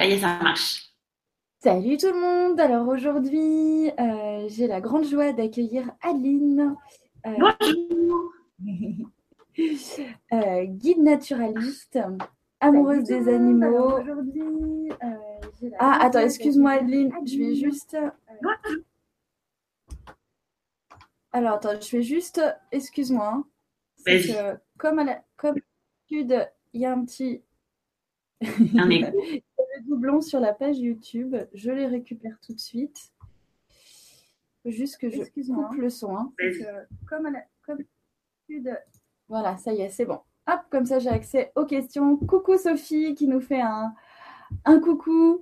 Ça y est, ça marche. Salut tout le monde! Alors aujourd'hui, j'ai la grande joie d'accueillir Aline, qui Bonjour. guide naturaliste, amoureuse des animaux. Aujourd'hui, j'ai la grande attends, joie excuse-moi Adeline, je vais juste. Alors attends, je vais juste. Excuse-moi, hein. C'est Vas-y, que comme d'habitude, il y a un petit un écho. doublon sur la page YouTube. Je les récupère tout de suite. Faut juste que je coupe le son, hein. C'est que Vas-y. comme voilà, ça y est, c'est bon. Hop, comme ça j'ai accès aux questions. Coucou Sophie qui nous fait un coucou.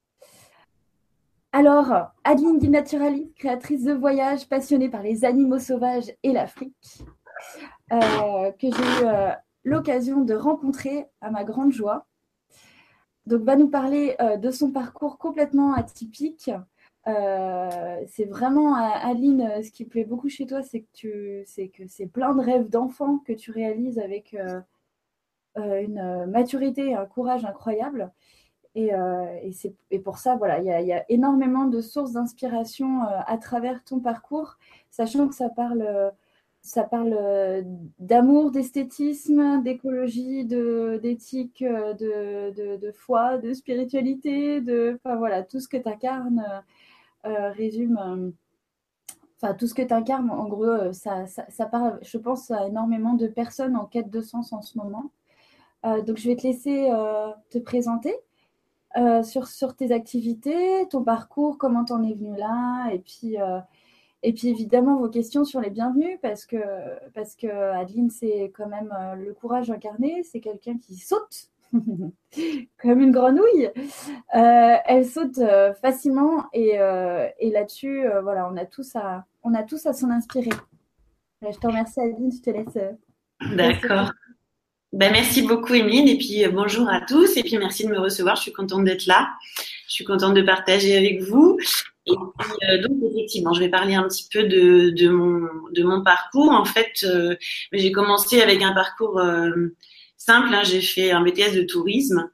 Alors, Adeline Guy Naturaliste, créatrice de voyages, passionnée par les animaux sauvages et l'Afrique, que j'ai eu l'occasion de rencontrer à ma grande joie. Donc, va nous parler de son parcours complètement atypique. C'est vraiment, Adeline, ce qui plaît beaucoup chez toi, c'est que c'est plein de rêves d'enfant que tu réalises avec une maturité et un courage incroyable. Et pour ça, voilà, il y a énormément de sources d'inspiration à travers ton parcours, sachant que ça parle d'amour, d'esthétisme, d'écologie, d'éthique, de foi, de spiritualité, enfin voilà, tout ce que tu incarnes résume. Enfin, tout ce que tu incarnes, en gros, ça parle, je pense, à énormément de personnes en quête de sens en ce moment. Donc, je vais te laisser te présenter sur tes activités, ton parcours, comment tu en es venu là, et puis évidemment vos questions sur les bienvenus, parce que Adeline, c'est quand même le courage incarné, c'est quelqu'un qui saute comme une grenouille. Elle saute facilement et là-dessus, voilà, on a tous à s'en inspirer. Je te remercie Adeline, je te laisse te D'accord. présenter. Ben, merci beaucoup, Émeline. Et puis, bonjour à tous. Et puis, merci de me recevoir. Je suis contente d'être là. Je suis contente de partager avec vous. Et puis, donc, effectivement, je vais parler un petit peu de mon parcours. En fait, j'ai commencé avec un parcours simple, hein. J'ai fait un BTS de tourisme.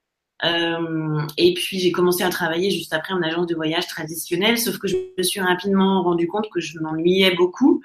Et puis j'ai commencé à travailler juste après en agence de voyage traditionnelle, sauf que je me suis rapidement rendu compte que je m'ennuyais beaucoup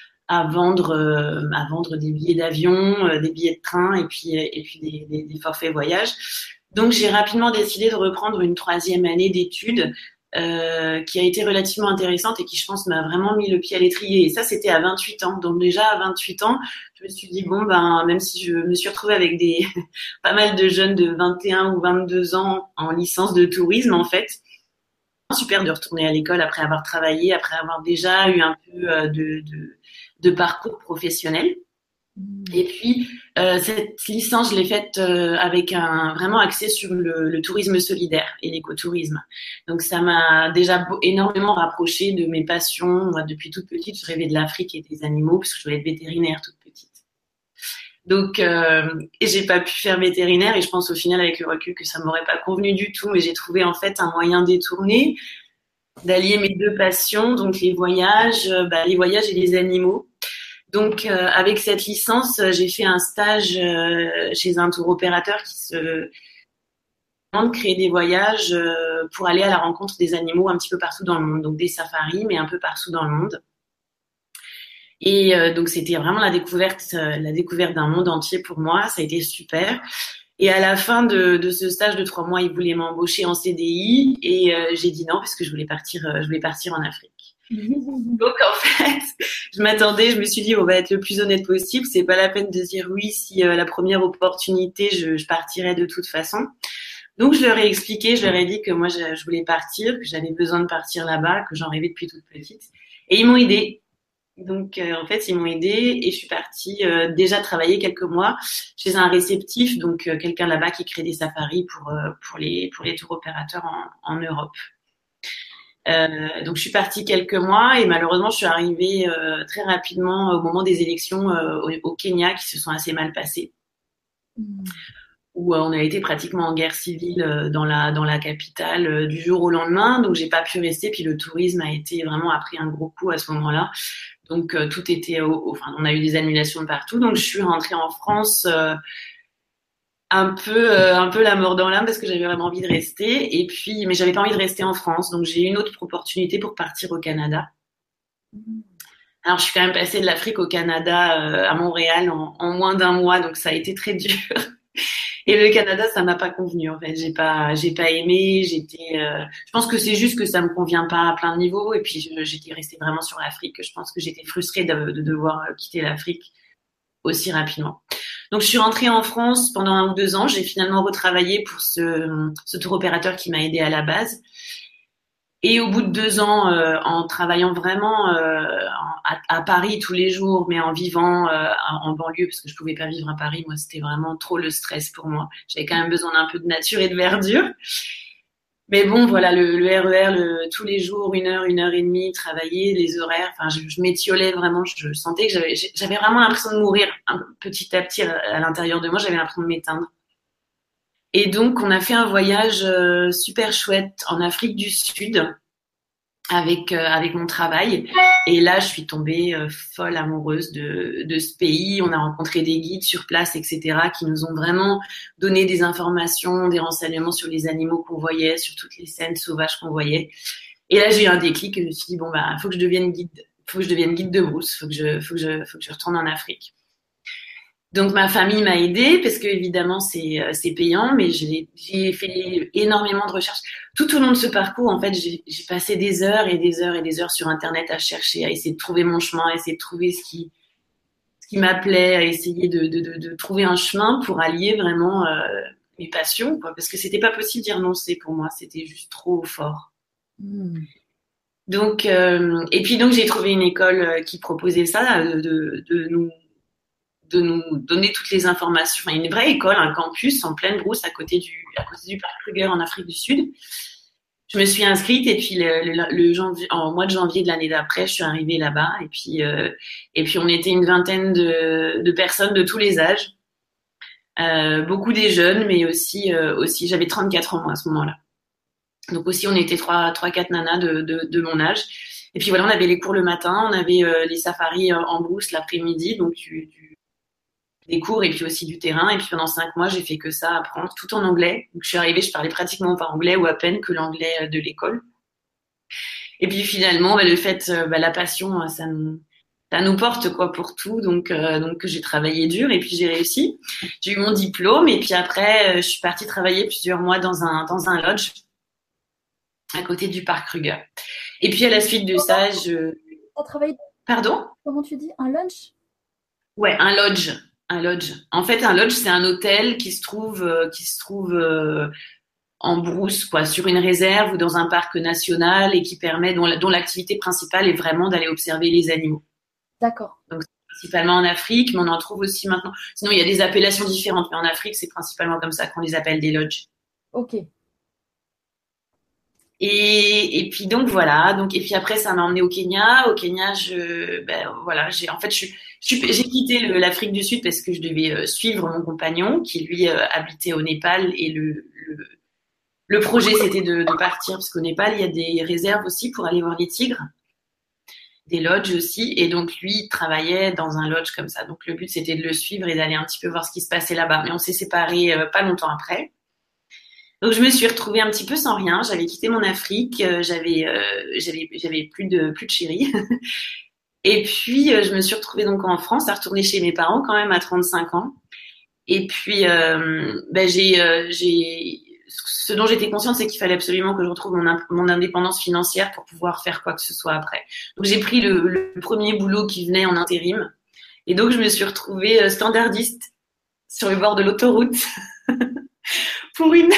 à vendre des billets d'avion, des billets de train et puis des forfaits voyage. Donc j'ai rapidement décidé de reprendre une troisième année d'études qui a été relativement intéressante et qui, je pense, m'a vraiment mis le pied à l'étrier. Et ça, c'était à 28 ans. Donc déjà, à 28 ans, je me suis dit, bon, ben, même si je me suis retrouvée avec des pas mal de jeunes de 21 ou 22 ans en licence de tourisme, en fait, super de retourner à l'école après avoir travaillé, après avoir déjà eu un peu de parcours professionnel. Et puis, cette licence, je l'ai faite avec un vraiment axé sur le tourisme solidaire et l'écotourisme. Donc, ça m'a déjà énormément rapproché de mes passions. Moi, depuis toute petite, je rêvais de l'Afrique et des animaux parce que je voulais être vétérinaire toute petite. Donc, et j'ai pas pu faire vétérinaire et je pense au final avec le recul que ça m'aurait pas convenu du tout, mais j'ai trouvé en fait un moyen détourné d'allier mes deux passions, donc les voyages et les animaux. Donc, avec cette licence, j'ai fait un stage chez un tour opérateur qui se demande de créer des voyages pour aller à la rencontre des animaux un petit peu partout dans le monde. Donc, des safaris, mais un peu partout dans le monde. Et donc, c'était vraiment la découverte d'un monde entier pour moi. Ça a été super. Et à la fin de ce stage de 3 mois, ils voulaient m'embaucher en CDI et j'ai dit non parce que je voulais partir en Afrique. Donc en fait, je me suis dit on va être le plus honnête possible, c'est pas la peine de dire oui si la première opportunité je partirais de toute façon. Donc je leur ai expliqué, je leur ai dit que moi je voulais partir, que j'avais besoin de partir là-bas, que j'en rêvais depuis toute petite et ils m'ont aidé. Donc en fait, ils m'ont aidé et je suis partie déjà travailler quelques mois chez un réceptif, donc quelqu'un là-bas qui crée des safaris pour les tours opérateurs en Europe. Donc je suis partie quelques mois et malheureusement je suis arrivée très rapidement au moment des élections au Kenya qui se sont assez mal passées, où on a été pratiquement en guerre civile dans la capitale du jour au lendemain. Donc j'ai pas pu rester. Puis le tourisme a été vraiment a pris un gros coup à ce moment-là. Donc tout était, enfin on a eu des annulations de partout. Donc je suis rentrée en France un peu la mort dans l'âme parce que j'avais vraiment envie de rester. Et puis, mais j'avais pas envie de rester en France. Donc, j'ai eu une autre opportunité pour partir au Canada. Alors, je suis quand même passée de l'Afrique au Canada, à Montréal en moins d'un mois. Donc, ça a été très dur. Et le Canada, ça m'a pas convenu, en fait. J'ai pas aimé. Je pense que c'est juste que ça me convient pas à plein de niveaux. Et puis, j'étais restée vraiment sur l'Afrique. Je pense que j'étais frustrée de devoir quitter l'Afrique aussi rapidement. Donc, je suis rentrée en France pendant 1 ou 2 ans. J'ai finalement retravaillé pour ce tour opérateur qui m'a aidée à la base. Et au bout de 2 ans, en travaillant vraiment à Paris tous les jours, mais en vivant en banlieue, parce que je pouvais pas vivre à Paris, moi, c'était vraiment trop le stress pour moi. J'avais quand même besoin d'un peu de nature et de verdure. Mais bon, voilà, le RER, tous les jours, 1 heure et demie, travailler, les horaires, enfin, je m'étiolais vraiment, je sentais que j'avais vraiment l'impression de mourir petit à petit à l'intérieur de moi, j'avais l'impression de m'éteindre. Et donc, on a fait un voyage super chouette en Afrique du Sud avec mon travail. Et là, je suis tombée folle amoureuse de ce pays. On a rencontré des guides sur place, etc., qui nous ont vraiment donné des informations, des renseignements sur les animaux qu'on voyait, sur toutes les scènes sauvages qu'on voyait. Et là, j'ai eu un déclic et je me suis dit, bon, bah, faut que je devienne guide de brousse, faut que je retourne en Afrique. Donc ma famille m'a aidée parce que évidemment c'est payant, mais j'ai fait énormément de recherches tout au long de ce parcours. En fait, j'ai passé des heures et des heures et des heures sur Internet à chercher, à essayer de trouver mon chemin, à essayer de trouver ce qui m'appelait, à essayer de trouver un chemin pour allier vraiment mes passions, quoi. Parce que c'était pas possible d'y renoncer pour moi, c'était juste trop fort. Donc et puis donc j'ai trouvé une école qui proposait ça, de nous donner toutes les informations. Enfin, une vraie école, un campus en pleine brousse à côté du parc Kruger en Afrique du Sud. Je me suis inscrite et puis en mois de janvier de l'année d'après, je suis arrivée là-bas et puis on était une vingtaine de personnes de tous les âges, beaucoup des jeunes, mais aussi j'avais 34 ans moi à ce moment-là. Donc aussi on était 4 nanas de mon âge. Et puis voilà, on avait les cours le matin, on avait les safaris en brousse l'après-midi, donc des cours et puis aussi du terrain. Et puis pendant 5 mois, j'ai fait que ça, apprendre tout en anglais. Donc je suis arrivée, je parlais pratiquement pas anglais ou à peine que l'anglais de l'école. Et puis finalement, le fait, la passion, ça nous porte quoi pour tout. Donc j'ai travaillé dur et puis j'ai réussi. J'ai eu mon diplôme et puis après, je suis partie travailler plusieurs mois dans un lodge à côté du parc Kruger. Et puis à la suite de ça, T'as travaillé. Pardon? Comment tu dis? Un lunch? Ouais, un lodge. Un lodge. En fait, un lodge, c'est un hôtel qui se trouve en brousse, quoi, sur une réserve ou dans un parc national et qui permet, dont l'activité principale est vraiment d'aller observer les animaux. D'accord. Donc, c'est principalement en Afrique, mais on en trouve aussi maintenant. Sinon, il y a des appellations différentes, mais en Afrique, c'est principalement comme ça qu'on les appelle des lodges. Ok. Et puis donc voilà, et puis après ça m'a emmené au Kenya. Au Kenya, j'ai quitté l'Afrique du Sud parce que je devais suivre mon compagnon qui lui habitait au Népal et le projet c'était de partir parce qu'au Népal il y a des réserves aussi pour aller voir les tigres, des lodges aussi, et donc lui travaillait dans un lodge comme ça. Donc le but c'était de le suivre et d'aller un petit peu voir ce qui se passait là-bas. Mais on s'est séparés pas longtemps après. Donc je me suis retrouvée un petit peu sans rien. J'avais quitté mon Afrique, j'avais plus de chéri. Et puis je me suis retrouvée donc en France, à retourner chez mes parents quand même à 35 ans. Et puis ce dont j'étais consciente, c'est qu'il fallait absolument que je retrouve mon indépendance financière pour pouvoir faire quoi que ce soit après. Donc j'ai pris le premier boulot qui venait en intérim. Et donc je me suis retrouvée standardiste sur le bord de l'autoroute. pour une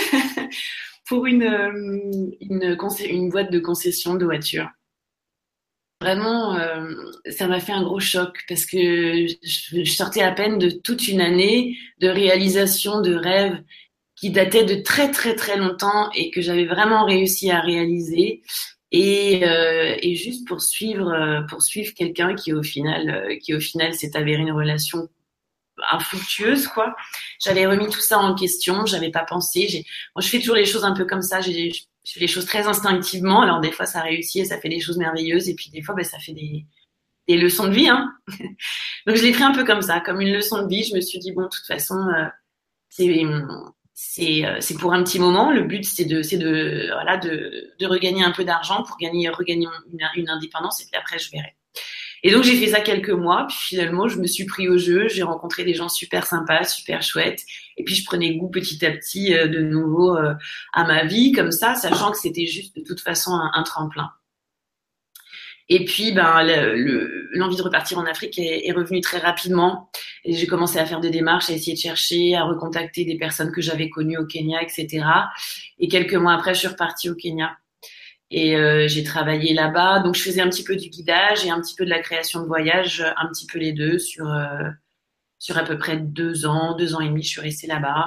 boîte de concession de voitures. Vraiment, ça m'a fait un gros choc parce que je sortais à peine de toute une année de réalisation de rêves qui dataient de très très très longtemps et que j'avais vraiment réussi à réaliser et juste poursuivre quelqu'un qui au final s'est avéré une relation infructueuse, quoi. J'avais remis tout ça en question, j'avais pas pensé. Moi, je fais toujours les choses un peu comme ça. Je fais les choses très instinctivement. Alors des fois, ça réussit et ça fait des choses merveilleuses, et puis des fois, ça fait des leçons de vie, hein. Donc je l'ai pris un peu comme ça, comme une leçon de vie. Je me suis dit bon, de toute façon, c'est pour un petit moment. Le but, voilà, de regagner un peu d'argent pour regagner une indépendance. Et puis après, je verrai. Et donc, j'ai fait ça quelques mois. Puis finalement, je me suis pris au jeu. J'ai rencontré des gens super sympas, super chouettes. Et puis, je prenais goût petit à petit de nouveau à ma vie, comme ça, sachant que c'était juste de toute façon un tremplin. Et puis, ben, l'envie de repartir en Afrique est revenue très rapidement. Et j'ai commencé à faire des démarches, à essayer de chercher, à recontacter des personnes que j'avais connues au Kenya, etc. Et quelques mois après, je suis repartie au Kenya. Et j'ai travaillé là-bas. Donc, je faisais un petit peu du guidage et un petit peu de la création de voyage, un petit peu les deux, sur à peu près 2 ans et demi, je suis restée là-bas.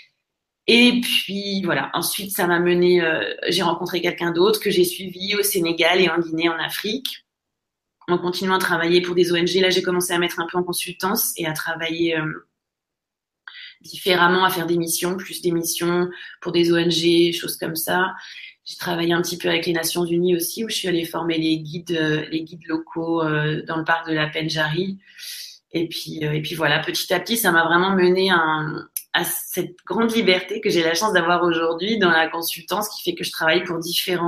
Et puis voilà, ensuite ça m'a mené, j'ai rencontré quelqu'un d'autre que j'ai suivi au Sénégal et en Guinée, en Afrique, en continuant à travailler pour des ONG. Là, j'ai commencé à mettre un peu en consultance et à travailler différemment, à faire des missions, plus des missions pour des ONG, choses comme ça. J'ai travaillé un petit peu avec les Nations Unies aussi, où je suis allée former les guides locaux dans le parc de la Pendjari. Et puis voilà, petit à petit, ça m'a vraiment mené à cette grande liberté que j'ai la chance d'avoir aujourd'hui dans la consultance, qui fait que je travaille pour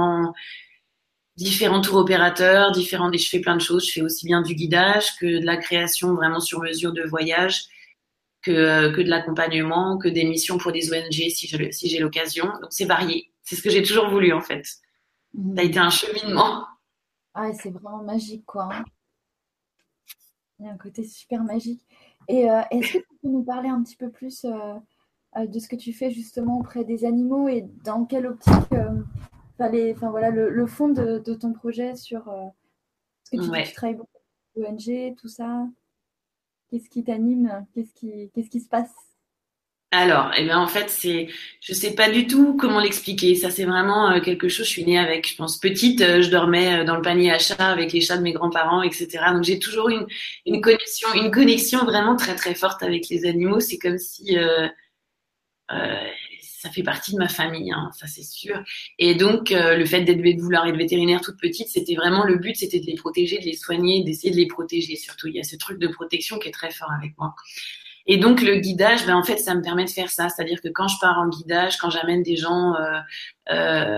différents tours opérateurs, je fais plein de choses. Je fais aussi bien du guidage que de la création vraiment sur mesure de voyage, que de l'accompagnement, que des missions pour des ONG si j'ai l'occasion. Donc c'est varié. C'est ce que j'ai toujours voulu en fait. Ça a été un cheminement. Ah, c'est vraiment magique, quoi, hein. Il y a un côté super magique. Et est-ce que tu peux nous parler un petit peu plus de ce que tu fais justement auprès des animaux et dans quelle optique, enfin, voilà, le fond de ton projet sur ce que tu dis, tu Ouais. travailles beaucoup avec l'ONG, tout ça. Qu'est-ce qui t'anime? Qu'est-ce qui se passe? Alors, eh bien, en fait, je sais pas du tout comment l'expliquer. Ça, c'est vraiment quelque chose. Je suis née avec, je pense, petite, je dormais dans le panier à chat avec les chats de mes grands-parents, etc. Donc, j'ai toujours eu une connexion vraiment très, très forte avec les animaux. C'est comme si euh, ça fait partie de ma famille, hein, ça c'est sûr. Et donc, le fait de vouloir être vétérinaire toute petite, c'était vraiment le but, c'était de les protéger, de les soigner, d'essayer de les protéger. Surtout, il y a ce truc de protection qui est très fort avec moi. Et donc le guidage, ben en fait, ça me permet de faire ça, c'est-à-dire que quand je pars en guidage, quand j'amène des gens euh,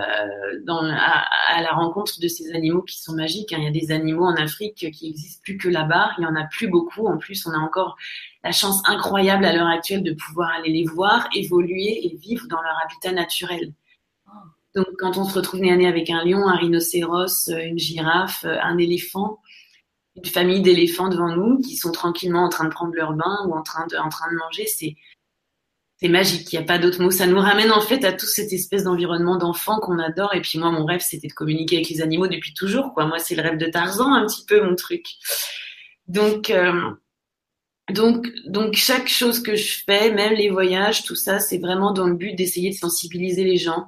à la rencontre de ces animaux qui sont magiques, hein. Il y a des animaux en Afrique qui existent plus que là-bas, il y en a plus beaucoup. En plus, on a encore la chance incroyable à l'heure actuelle de pouvoir aller les voir, évoluer et vivre dans leur habitat naturel. Donc, quand on se retrouve nez à nez avec un lion, un rhinocéros, une girafe, un éléphant, une famille d'éléphants devant nous qui sont tranquillement en train de prendre leur bain ou en train de manger, c'est magique. Il n'y a pas d'autre mot. Ça nous ramène en fait à tout cette espèce d'environnement d'enfant qu'on adore. Et puis moi, mon rêve, c'était de communiquer avec les animaux depuis toujours, quoi. Moi, c'est le rêve de Tarzan, un petit peu mon truc. Donc, donc chaque chose que je fais, même les voyages, tout ça, c'est vraiment dans le but d'essayer de sensibiliser les gens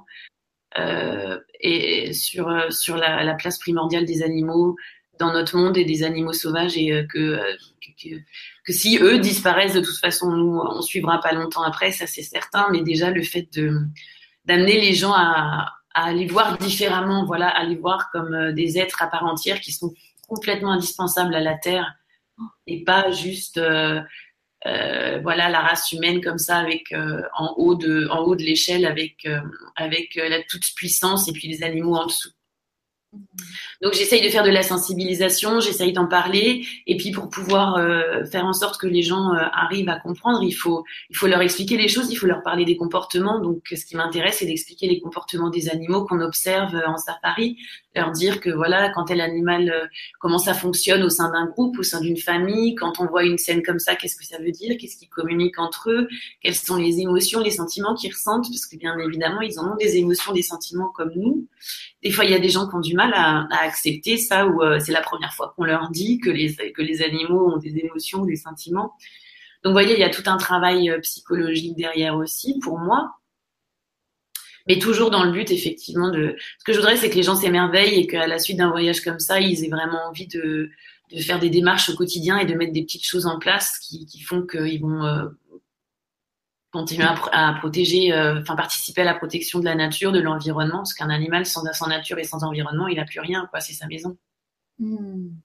et sur la place primordiale des animaux dans notre monde et des animaux sauvages et que si eux disparaissent de toute façon, nous on suivra pas longtemps après, ça c'est certain. Mais déjà le fait de d'amener les gens à les voir différemment, voilà, à les voir comme des êtres à part entière qui sont complètement indispensables à la Terre et pas juste voilà la race humaine comme ça avec en haut de l'échelle avec la toute puissance et puis les animaux en dessous. Donc j'essaye de faire de la sensibilisation, j'essaye d'en parler, et puis pour pouvoir faire en sorte que les gens arrivent à comprendre, il faut leur expliquer les choses, il faut leur parler des comportements. Donc ce qui m'intéresse, c'est d'expliquer les comportements des animaux qu'on observe en safari, leur dire que voilà, quand tel animal, comment ça fonctionne au sein d'un groupe, au sein d'une famille, quand on voit une scène comme ça, qu'est-ce que ça veut dire, qu'est-ce qu'ils communiquent entre eux, quelles sont les émotions, les sentiments qu'ils ressentent, parce que bien évidemment, ils en ont des émotions, des sentiments comme nous. Des fois, il y a des gens qui ont du mal à accepter ça, ou c'est la première fois qu'on leur dit que les animaux ont des émotions, des sentiments. Donc, vous voyez, il y a tout un travail psychologique derrière aussi pour moi, mais toujours dans le but, effectivement, de. Ce que je voudrais, c'est que les gens s'émerveillent et qu'à la suite d'un voyage comme ça, ils aient vraiment envie de faire des démarches au quotidien et de mettre des petites choses en place qui font qu'ils vont continuer à protéger, enfin participer à la protection de la nature, de l'environnement, parce qu'un animal sans nature et sans environnement, il n'a plus rien, quoi. C'est sa maison. Hmm.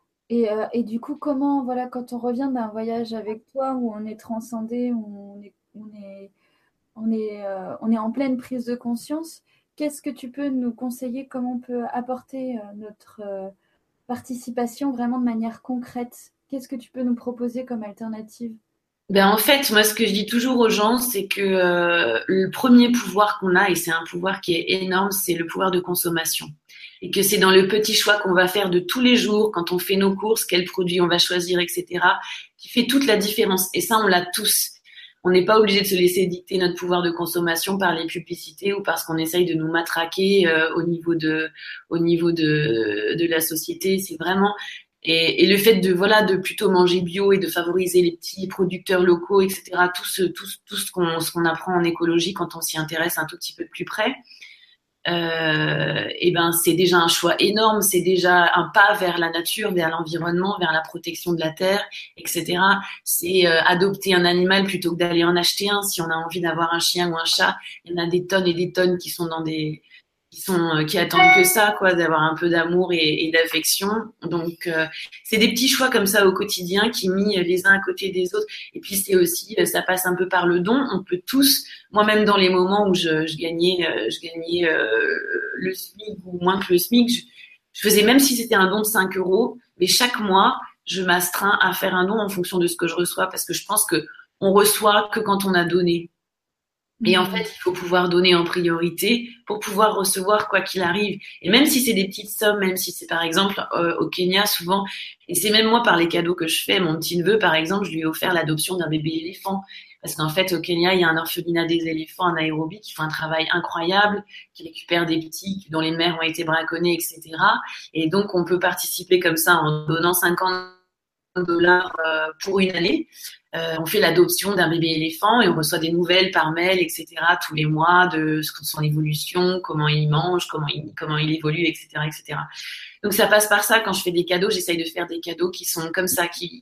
Et du coup, comment, voilà, quand on revient d'un voyage avec toi où on est transcendé, où on est en pleine prise de conscience. Qu'est-ce que tu peux nous conseiller? Comment on peut apporter notre participation vraiment de manière concrète? Qu'est-ce que tu peux nous proposer comme alternative? Ben en fait, moi, ce que je dis toujours aux gens, c'est que le premier pouvoir qu'on a, et c'est un pouvoir qui est énorme, c'est le pouvoir de consommation. Et que c'est dans le petit choix qu'on va faire de tous les jours, quand on fait nos courses, quels produits on va choisir, etc., qui fait toute la différence. Et ça, on l'a tous. On n'est pas obligé de se laisser dicter notre pouvoir de consommation par les publicités ou parce qu'on essaye de nous matraquer au niveau de la société. C'est vraiment et le fait de voilà de plutôt manger bio et de favoriser les petits producteurs locaux, etc. Tout ce qu'on apprend en écologie quand on s'y intéresse un tout petit peu de plus près, et ben c'est déjà un choix énorme, c'est déjà un pas vers la nature, vers l'environnement, vers la protection de la terre, etc. C'est adopter un animal plutôt que d'aller en acheter un. Si on a envie d'avoir un chien ou un chat, il y en a des tonnes et des tonnes qui sont qui attendent que ça, quoi, d'avoir un peu d'amour et d'affection. Donc c'est des petits choix comme ça au quotidien qui mis les uns à côté des autres. Et puis c'est aussi ça passe un peu par le don. On peut tous, moi-même dans les moments où je gagnais le SMIC ou moins que le SMIC, je faisais même si c'était un don de 5 euros, mais chaque mois je m'astreins à faire un don en fonction de ce que je reçois parce que je pense que on reçoit que quand on a donné. Et en fait, il faut pouvoir donner en priorité pour pouvoir recevoir quoi qu'il arrive. Et même si c'est des petites sommes, même si c'est par exemple au Kenya souvent, et c'est même moi par les cadeaux que je fais, mon petit-neveu par exemple, je lui ai offert l'adoption d'un bébé éléphant. Parce qu'en fait, au Kenya, il y a un orphelinat des éléphants à Nairobi qui font un travail incroyable, qui récupèrent des petits dont les mères ont été braconnées, etc. Et donc, on peut participer comme ça en donnant 50 $ pour une année. On fait l'adoption d'un bébé éléphant et on reçoit des nouvelles par mail, etc. tous les mois de son évolution, comment il mange, comment il évolue, etc., etc. Donc ça passe par ça. Quand je fais des cadeaux, j'essaye de faire des cadeaux qui sont comme ça, qui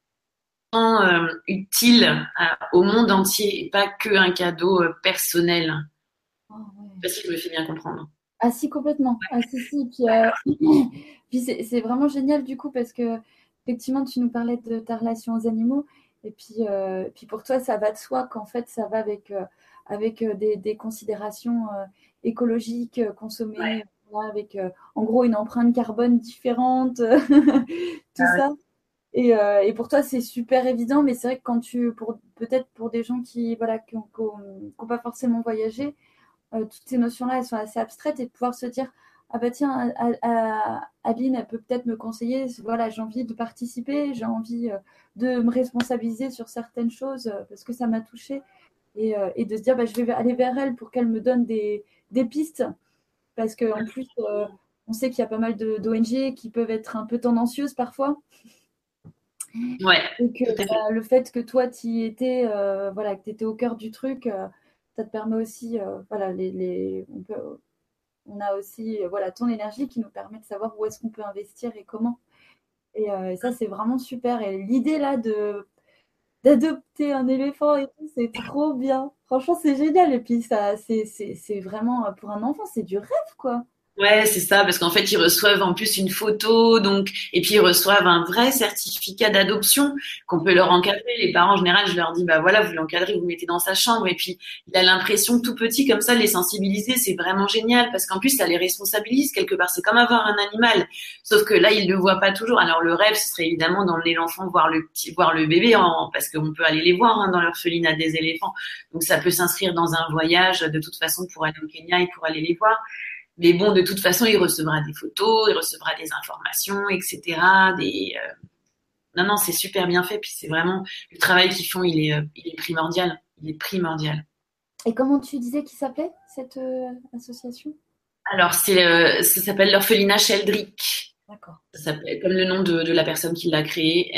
sont utiles au monde entier et pas que un cadeau personnel. Oh, ouais. Je sais pas si je me fais bien comprendre. Ah si, complètement. Ah si, si. Puis, puis c'est vraiment génial du coup parce que effectivement, tu nous parlais de ta relation aux animaux et puis pour toi, ça va de soi qu'en fait, ça va avec des considérations écologiques, Ouais. consommées, voilà, avec en gros une empreinte carbone différente, tout Ah ouais. ça. Et pour toi, c'est super évident, mais c'est vrai que peut-être pour des gens qui voilà qui ont pas forcément voyagé, toutes ces notions-là, elles sont assez abstraites et de pouvoir se dire, ah bah tiens, Aline, elle peut peut-être me conseiller, voilà, j'ai envie de participer, j'ai envie de me responsabiliser sur certaines choses parce que ça m'a touchée et de se dire, bah, je vais aller vers elle pour qu'elle me donne des pistes parce qu'en plus, on sait qu'il y a pas mal d'ONG qui peuvent être un peu tendancieuses parfois. Ouais, Et que tout à fait. le fait que toi, tu y étais, voilà, que tu étais au cœur du truc, ça te permet aussi, voilà, on a aussi voilà, ton énergie qui nous permet de savoir où est-ce qu'on peut investir et comment. Et ça, c'est vraiment super. Et l'idée là d'adopter un éléphant et tout, c'est trop bien. Franchement, c'est génial. Et puis, ça, c'est vraiment, pour un enfant, c'est du rêve, quoi. Ouais, c'est ça, parce qu'en fait, ils reçoivent en plus une photo, donc, et puis ils reçoivent un vrai certificat d'adoption qu'on peut leur encadrer. Les parents, en général, je leur dis, bah voilà, vous l'encadrez, vous le mettez dans sa chambre, et puis il a l'impression tout petit comme ça, de les sensibiliser, c'est vraiment génial, parce qu'en plus, ça les responsabilise quelque part. C'est comme avoir un animal, sauf que là, ils le voient pas toujours. Alors le rêve, ce serait évidemment d'emmener l'enfant voir le bébé, parce qu'on peut aller les voir dans l'orphelinat des éléphants. Donc ça peut s'inscrire dans un voyage de toute façon pour aller au Kenya et pour aller les voir. Mais bon, de toute façon, il recevra des photos, il recevra des informations, etc. Non, non, c'est super bien fait. Puis c'est vraiment le travail qu'ils font, il est primordial. Il est primordial. Et comment tu disais qu'il s'appelait, cette association? Alors, ça s'appelle l'orphelinat Sheldrick. D'accord. Ça s'appelle comme le nom de la personne qui l'a créé,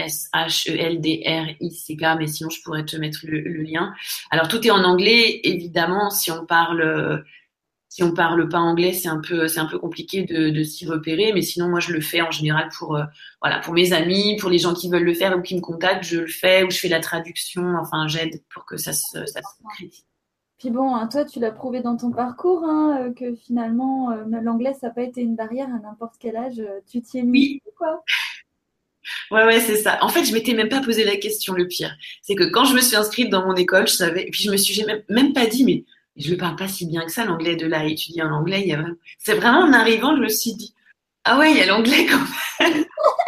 Sheldrick. Mais sinon, je pourrais te mettre le lien. Alors, tout est en anglais, évidemment. Si on parle pas anglais, c'est un peu compliqué de s'y repérer. Mais sinon, moi, je le fais en général voilà, pour mes amis, pour les gens qui veulent le faire ou qui me contactent, je le fais ou je fais la traduction. Enfin, j'aide pour que ça se concrétise. Puis bon, hein, toi, tu l'as prouvé dans ton parcours, hein, que finalement, l'anglais, ça n'a pas été une barrière à n'importe quel âge. Tu t'y es mis, Oui, quoi. Ouais, c'est ça. En fait, je m'étais même pas posé la question, le pire. C'est que quand je me suis inscrite dans mon école, je savais, et puis je me suis j'ai même pas dit, mais je ne parle pas si bien que ça l'anglais de là, étudier en anglais, c'est vraiment en arrivant, je me suis dit, ah ouais, il y a l'anglais quand même.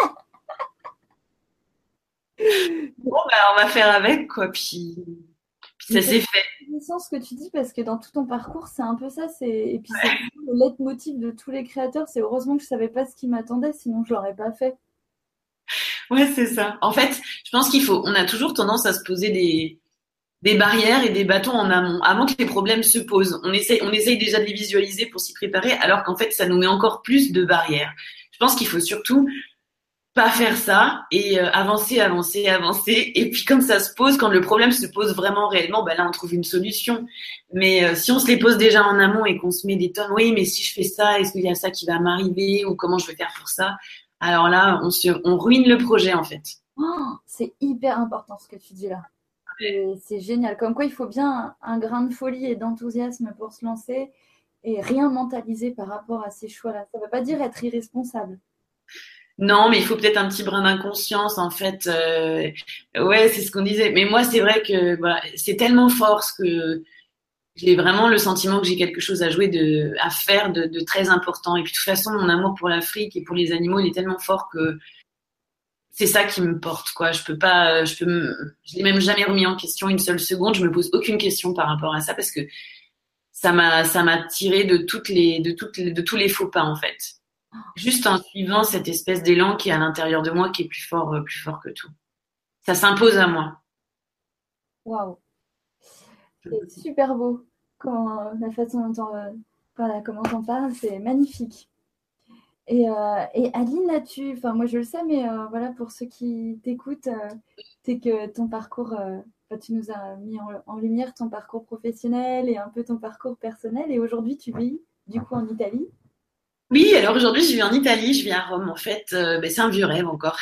Bon, bah, on va faire avec, quoi. Puis Mais ça c'est s'est fait. intéressant ce que tu dis parce que dans tout ton parcours, c'est un peu ça. Et puis c'est vraiment le leitmotiv de tous les créateurs. C'est heureusement que je savais pas ce qui m'attendait, sinon je l'aurais pas fait. Ouais, c'est ça. En fait, je pense on a toujours tendance à se poser des barrières et des bâtons en amont, avant que les problèmes se posent. On essaye déjà de les visualiser pour s'y préparer, alors qu'en fait, ça nous met encore plus de barrières. Je pense qu'il faut surtout pas faire ça et avancer, avancer, avancer. Et puis quand ça se pose, quand le problème se pose vraiment réellement, bah là, on trouve une solution. Mais si on se les pose déjà en amont et qu'on se met des tonnes, oui, mais si je fais ça, est-ce qu'il y a ça qui va m'arriver ou comment je vais faire pour ça? Alors là, on ruine le projet en fait. Oh, c'est hyper important ce que tu dis là. C'est génial. Comme quoi, il faut bien un grain de folie et d'enthousiasme pour se lancer et rien mentaliser par rapport à ces choix-là. Ça ne veut pas dire être irresponsable. Non, mais il faut peut-être un petit brin d'inconscience, en fait. Ouais, c'est ce qu'on disait. Mais moi, c'est vrai que voilà, c'est tellement fort ce que j'ai vraiment le sentiment que j'ai quelque chose à jouer, à faire de très important. Et puis de toute façon, mon amour pour l'Afrique et pour les animaux, il est tellement fort que c'est ça qui me porte, quoi. Je peux pas, je l'ai même jamais remis en question une seule seconde. Je me pose aucune question par rapport à ça parce que ça m'a tiré de tous les faux pas, en fait. Juste en suivant cette espèce d'élan qui est à l'intérieur de moi, qui est plus fort que tout. Ça s'impose à moi. Waouh, c'est super beau. La façon dont voilà, comment t'en parles, c'est magnifique. Et Aline, là-dessus, enfin moi je le sais, mais voilà pour ceux qui t'écoutent, c'est que ton parcours, enfin, tu nous as mis en lumière ton parcours professionnel et un peu ton parcours personnel. Et aujourd'hui, tu vis du coup en Italie. Oui, alors aujourd'hui, je vis en Italie, je vis à Rome. En fait, ben, c'est un vieux rêve encore.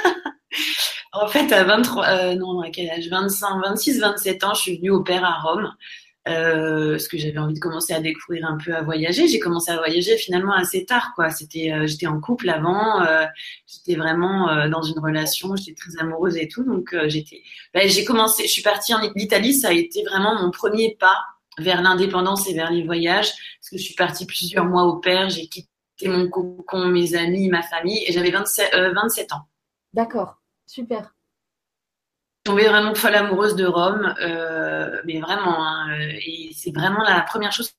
En fait, à 23, non, à quel âge? 25, 26, 27 ans, je suis venue au pair à Rome. Parce que j'avais envie de commencer à découvrir un peu à voyager. J'ai commencé à voyager finalement assez tard, quoi. J'étais en couple avant, j'étais vraiment dans une relation, j'étais très amoureuse et tout, donc j'ai commencé, je suis partie en Italie, ça a été vraiment mon premier pas vers l'indépendance et vers les voyages, parce que je suis partie plusieurs mois au pair, j'ai quitté mon cocon, mes amis, ma famille, et j'avais 27 ans. D'accord, super. Tombée vraiment folle amoureuse de Rome, mais vraiment, hein, et c'est vraiment la première chose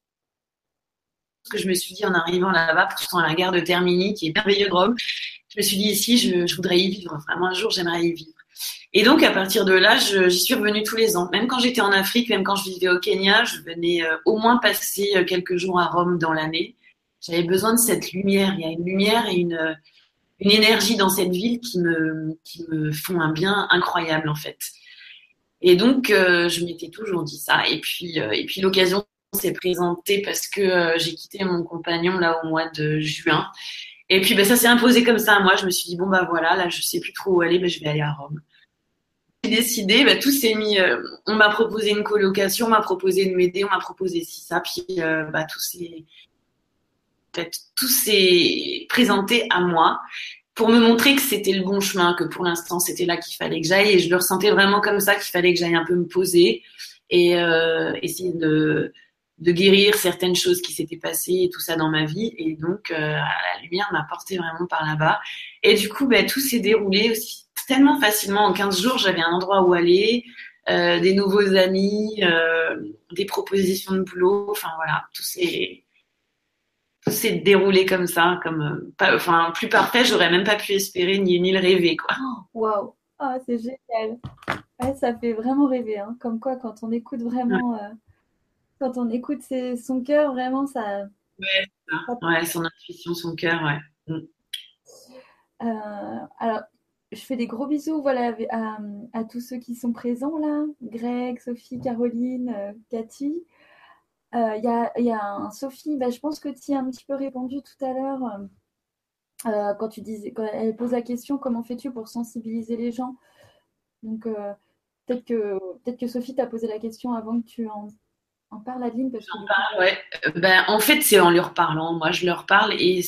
que je me suis dit en arrivant là-bas, pourtant à la gare de Termini, qui est merveilleux de Rome. Je me suis dit ici, je voudrais y vivre. Vraiment, un jour, j'aimerais y vivre. Et donc, à partir de là, j'y suis revenue tous les ans. Même quand j'étais en Afrique, même quand je vivais au Kenya, je venais au moins passer quelques jours à Rome dans l'année. J'avais besoin de cette lumière. Il y a une lumière et une énergie dans cette ville qui me font un bien incroyable, en fait. Et donc, je m'étais toujours dit ça. Et puis l'occasion s'est présentée parce que j'ai quitté mon compagnon là au mois de juin. Et puis, ben, ça s'est imposé comme ça à moi. Je me suis dit, bon, bah voilà, là, je sais plus trop où aller, ben, je vais aller à Rome. J'ai décidé, ben, tout s'est mis, on m'a proposé une colocation, on m'a proposé de m'aider, on m'a proposé ci, ça, puis bah, en fait, tout s'est présenté à moi pour me montrer que c'était le bon chemin, que pour l'instant, c'était là qu'il fallait que j'aille. Et je le ressentais vraiment comme ça, qu'il fallait que j'aille un peu me poser et essayer de guérir certaines choses qui s'étaient passées et tout ça dans ma vie. Et donc, la lumière m'a porté vraiment par là-bas. Et du coup, ben, tout s'est déroulé aussi tellement facilement. En 15 jours, j'avais un endroit où aller, des nouveaux amis, des propositions de boulot. Enfin, voilà, tout s'est déroulé comme ça, comme enfin plus parfait, j'aurais même pas pu espérer ni le rêver quoi. Waouh, ah, c'est génial. Ouais, ça fait vraiment rêver, hein. Comme quoi, quand on écoute Ouais, vraiment, quand on écoute son cœur, vraiment, ouais, c'est ça. ça Ouais, son intuition, son cœur, ouais. Mm. alors, je fais des gros bisous voilà, à tous ceux qui sont présents là, Greg, Sophie, Caroline, Cathy. Il y a Sophie, bah, je pense que tu y as un petit peu répondu tout à l'heure quand tu disais, quand elle pose la question, comment fais-tu pour sensibiliser les gens? Donc peut-être que Sophie t'a posé la question avant que tu en En parle Adeline parce que Ouais. Ben, en fait, c'est en leur parlant. Moi, je leur parle et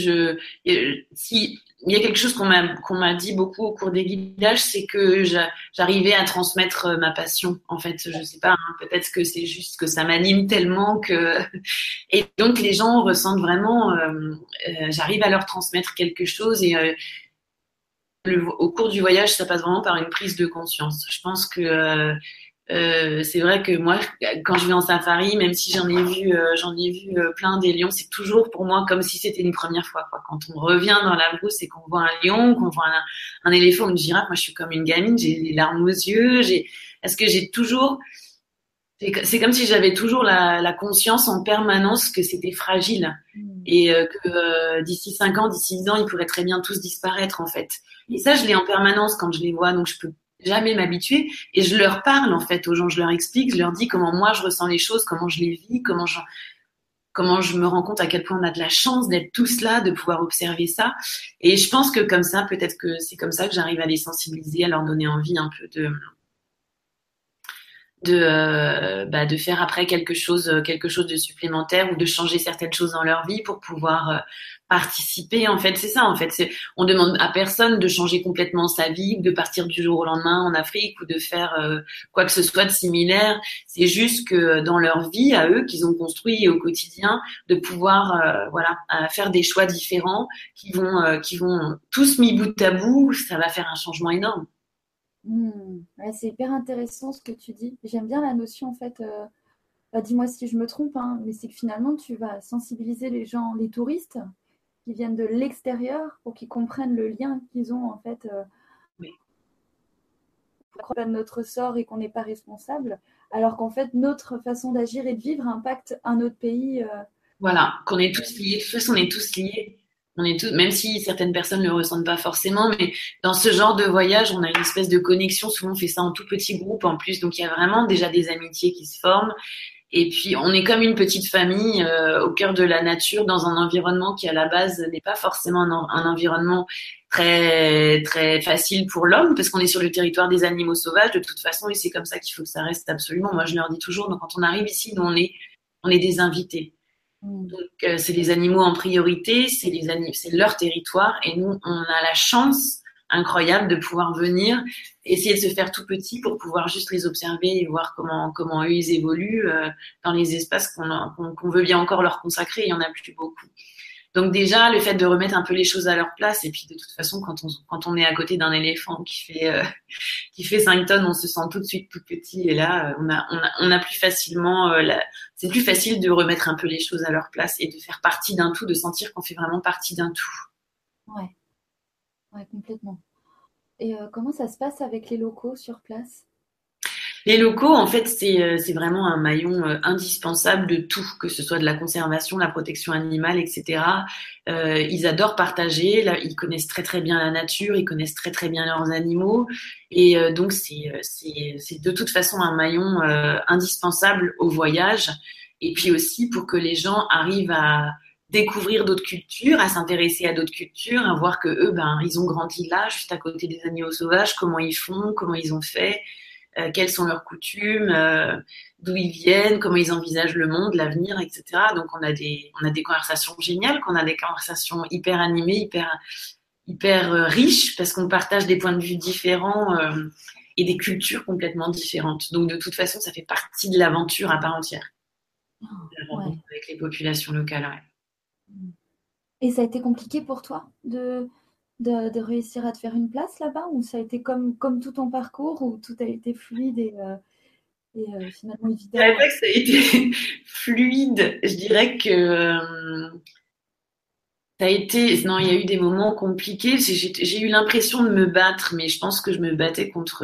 si il y a quelque chose qu'on m'a dit beaucoup au cours des guidages, c'est que j'arrivais à transmettre ma passion. En fait, je sais pas, hein, peut-être que c'est juste que ça m'anime tellement que et donc les gens ressentent vraiment. J'arrive à leur transmettre quelque chose et au cours du voyage, ça passe vraiment par une prise de conscience. Je pense que c'est vrai que moi, quand je vais en safari, même si j'en ai vu plein des lions, c'est toujours pour moi comme si c'était une première fois, quoi. Quand on revient dans la brousse et qu'on voit un lion, qu'on voit un éléphant ou une girafe, moi je suis comme une gamine, j'ai les larmes aux yeux, parce que j'ai toujours, c'est comme si j'avais toujours la conscience en permanence que c'était fragile et que d'ici 5 ans, d'ici 10 ans, ils pourraient très bien tous disparaître en fait. Et ça, je l'ai en permanence quand je les vois, donc je peux jamais m'habituer et je leur parle en fait aux gens, je leur explique, je leur dis comment moi je ressens les choses, comment je les vis, comment je me rends compte à quel point on a de la chance d'être tous là, de pouvoir observer ça. Et je pense que comme ça, peut-être que c'est comme ça que j'arrive à les sensibiliser, à leur donner envie un peu de faire après quelque chose de supplémentaire ou de changer certaines choses dans leur vie pour pouvoir participer. En fait, c'est ça. En fait, on demande à personne de changer complètement sa vie, de partir du jour au lendemain en Afrique ou de faire quoi que ce soit de similaire. C'est juste que dans leur vie, à eux, qu'ils ont construit au quotidien, de pouvoir faire des choix différents qui vont tous mis bout à bout, ça va faire un changement énorme. Ouais, c'est hyper intéressant ce que tu dis. J'aime bien la notion, en fait, dis-moi si je me trompe, hein, mais c'est que finalement, tu vas sensibiliser les gens, les touristes qui viennent de l'extérieur pour qu'ils comprennent le lien qu'ils ont, en fait, Oui. de notre sort et qu'on n'est pas responsable, alors qu'en fait, notre façon d'agir et de vivre impacte un autre pays. Voilà, qu'on est tous liés. De toute façon, on est tous liés. On est tous, même si certaines personnes ne le ressentent pas forcément, mais dans ce genre de voyage, on a une espèce de connexion. Souvent, on fait ça en tout petit groupe en plus, donc il y a vraiment déjà des amitiés qui se forment. Et puis, on est comme une petite famille au cœur de la nature, dans un environnement qui, à la base, n'est pas forcément un environnement très très facile pour l'homme, parce qu'on est sur le territoire des animaux sauvages de toute façon, et c'est comme ça qu'il faut que ça reste absolument. Moi, je leur dis toujours, donc, quand on arrive ici, nous, on est des invités. Donc, c'est les animaux en priorité, c'est leur territoire, et nous, on a la chance incroyable de pouvoir venir essayer de se faire tout petit pour pouvoir juste les observer et voir comment eux ils évoluent dans les espaces qu'on veut bien encore leur consacrer. Il y en a plus beaucoup. Donc déjà, le fait de remettre un peu les choses à leur place, et puis de toute façon, quand on est à côté d'un éléphant qui fait 5 tonnes, on se sent tout de suite tout petit. Et là, on a plus facilement, c'est plus facile de remettre un peu les choses à leur place et de faire partie d'un tout, de sentir qu'on fait vraiment partie d'un tout. Ouais, ouais, complètement. Et comment ça se passe avec les locaux sur place? Les locaux, en fait, c'est vraiment un maillon indispensable de tout, que ce soit de la conservation, la protection animale, etc. Ils adorent partager, là, ils connaissent très très bien la nature, ils connaissent très très bien leurs animaux, et donc c'est de toute façon un maillon indispensable au voyage, et puis aussi pour que les gens arrivent à découvrir d'autres cultures, à s'intéresser à d'autres cultures, à voir que eux, ben, ils ont grandi là, juste à côté des animaux sauvages, comment ils font, comment ils ont fait, quelles sont leurs coutumes, d'où ils viennent, comment ils envisagent le monde, l'avenir, etc. Donc on a des conversations géniales, qu'on a des conversations hyper animées, hyper riches, parce qu'on partage des points de vue différents et des cultures complètement différentes. Donc de toute façon, ça fait partie de l'aventure à part entière, la Ouais. rencontre avec les populations locales. Ouais. Et ça a été compliqué pour toi de réussir à te faire une place là-bas, ou ça a été comme tout ton parcours, où tout a été fluide et finalement Je dirais évident? pas que ça a été fluide. Je dirais que ça a été, non, il y a eu des moments compliqués. J'ai eu l'impression de me battre, mais je pense que je me battais contre.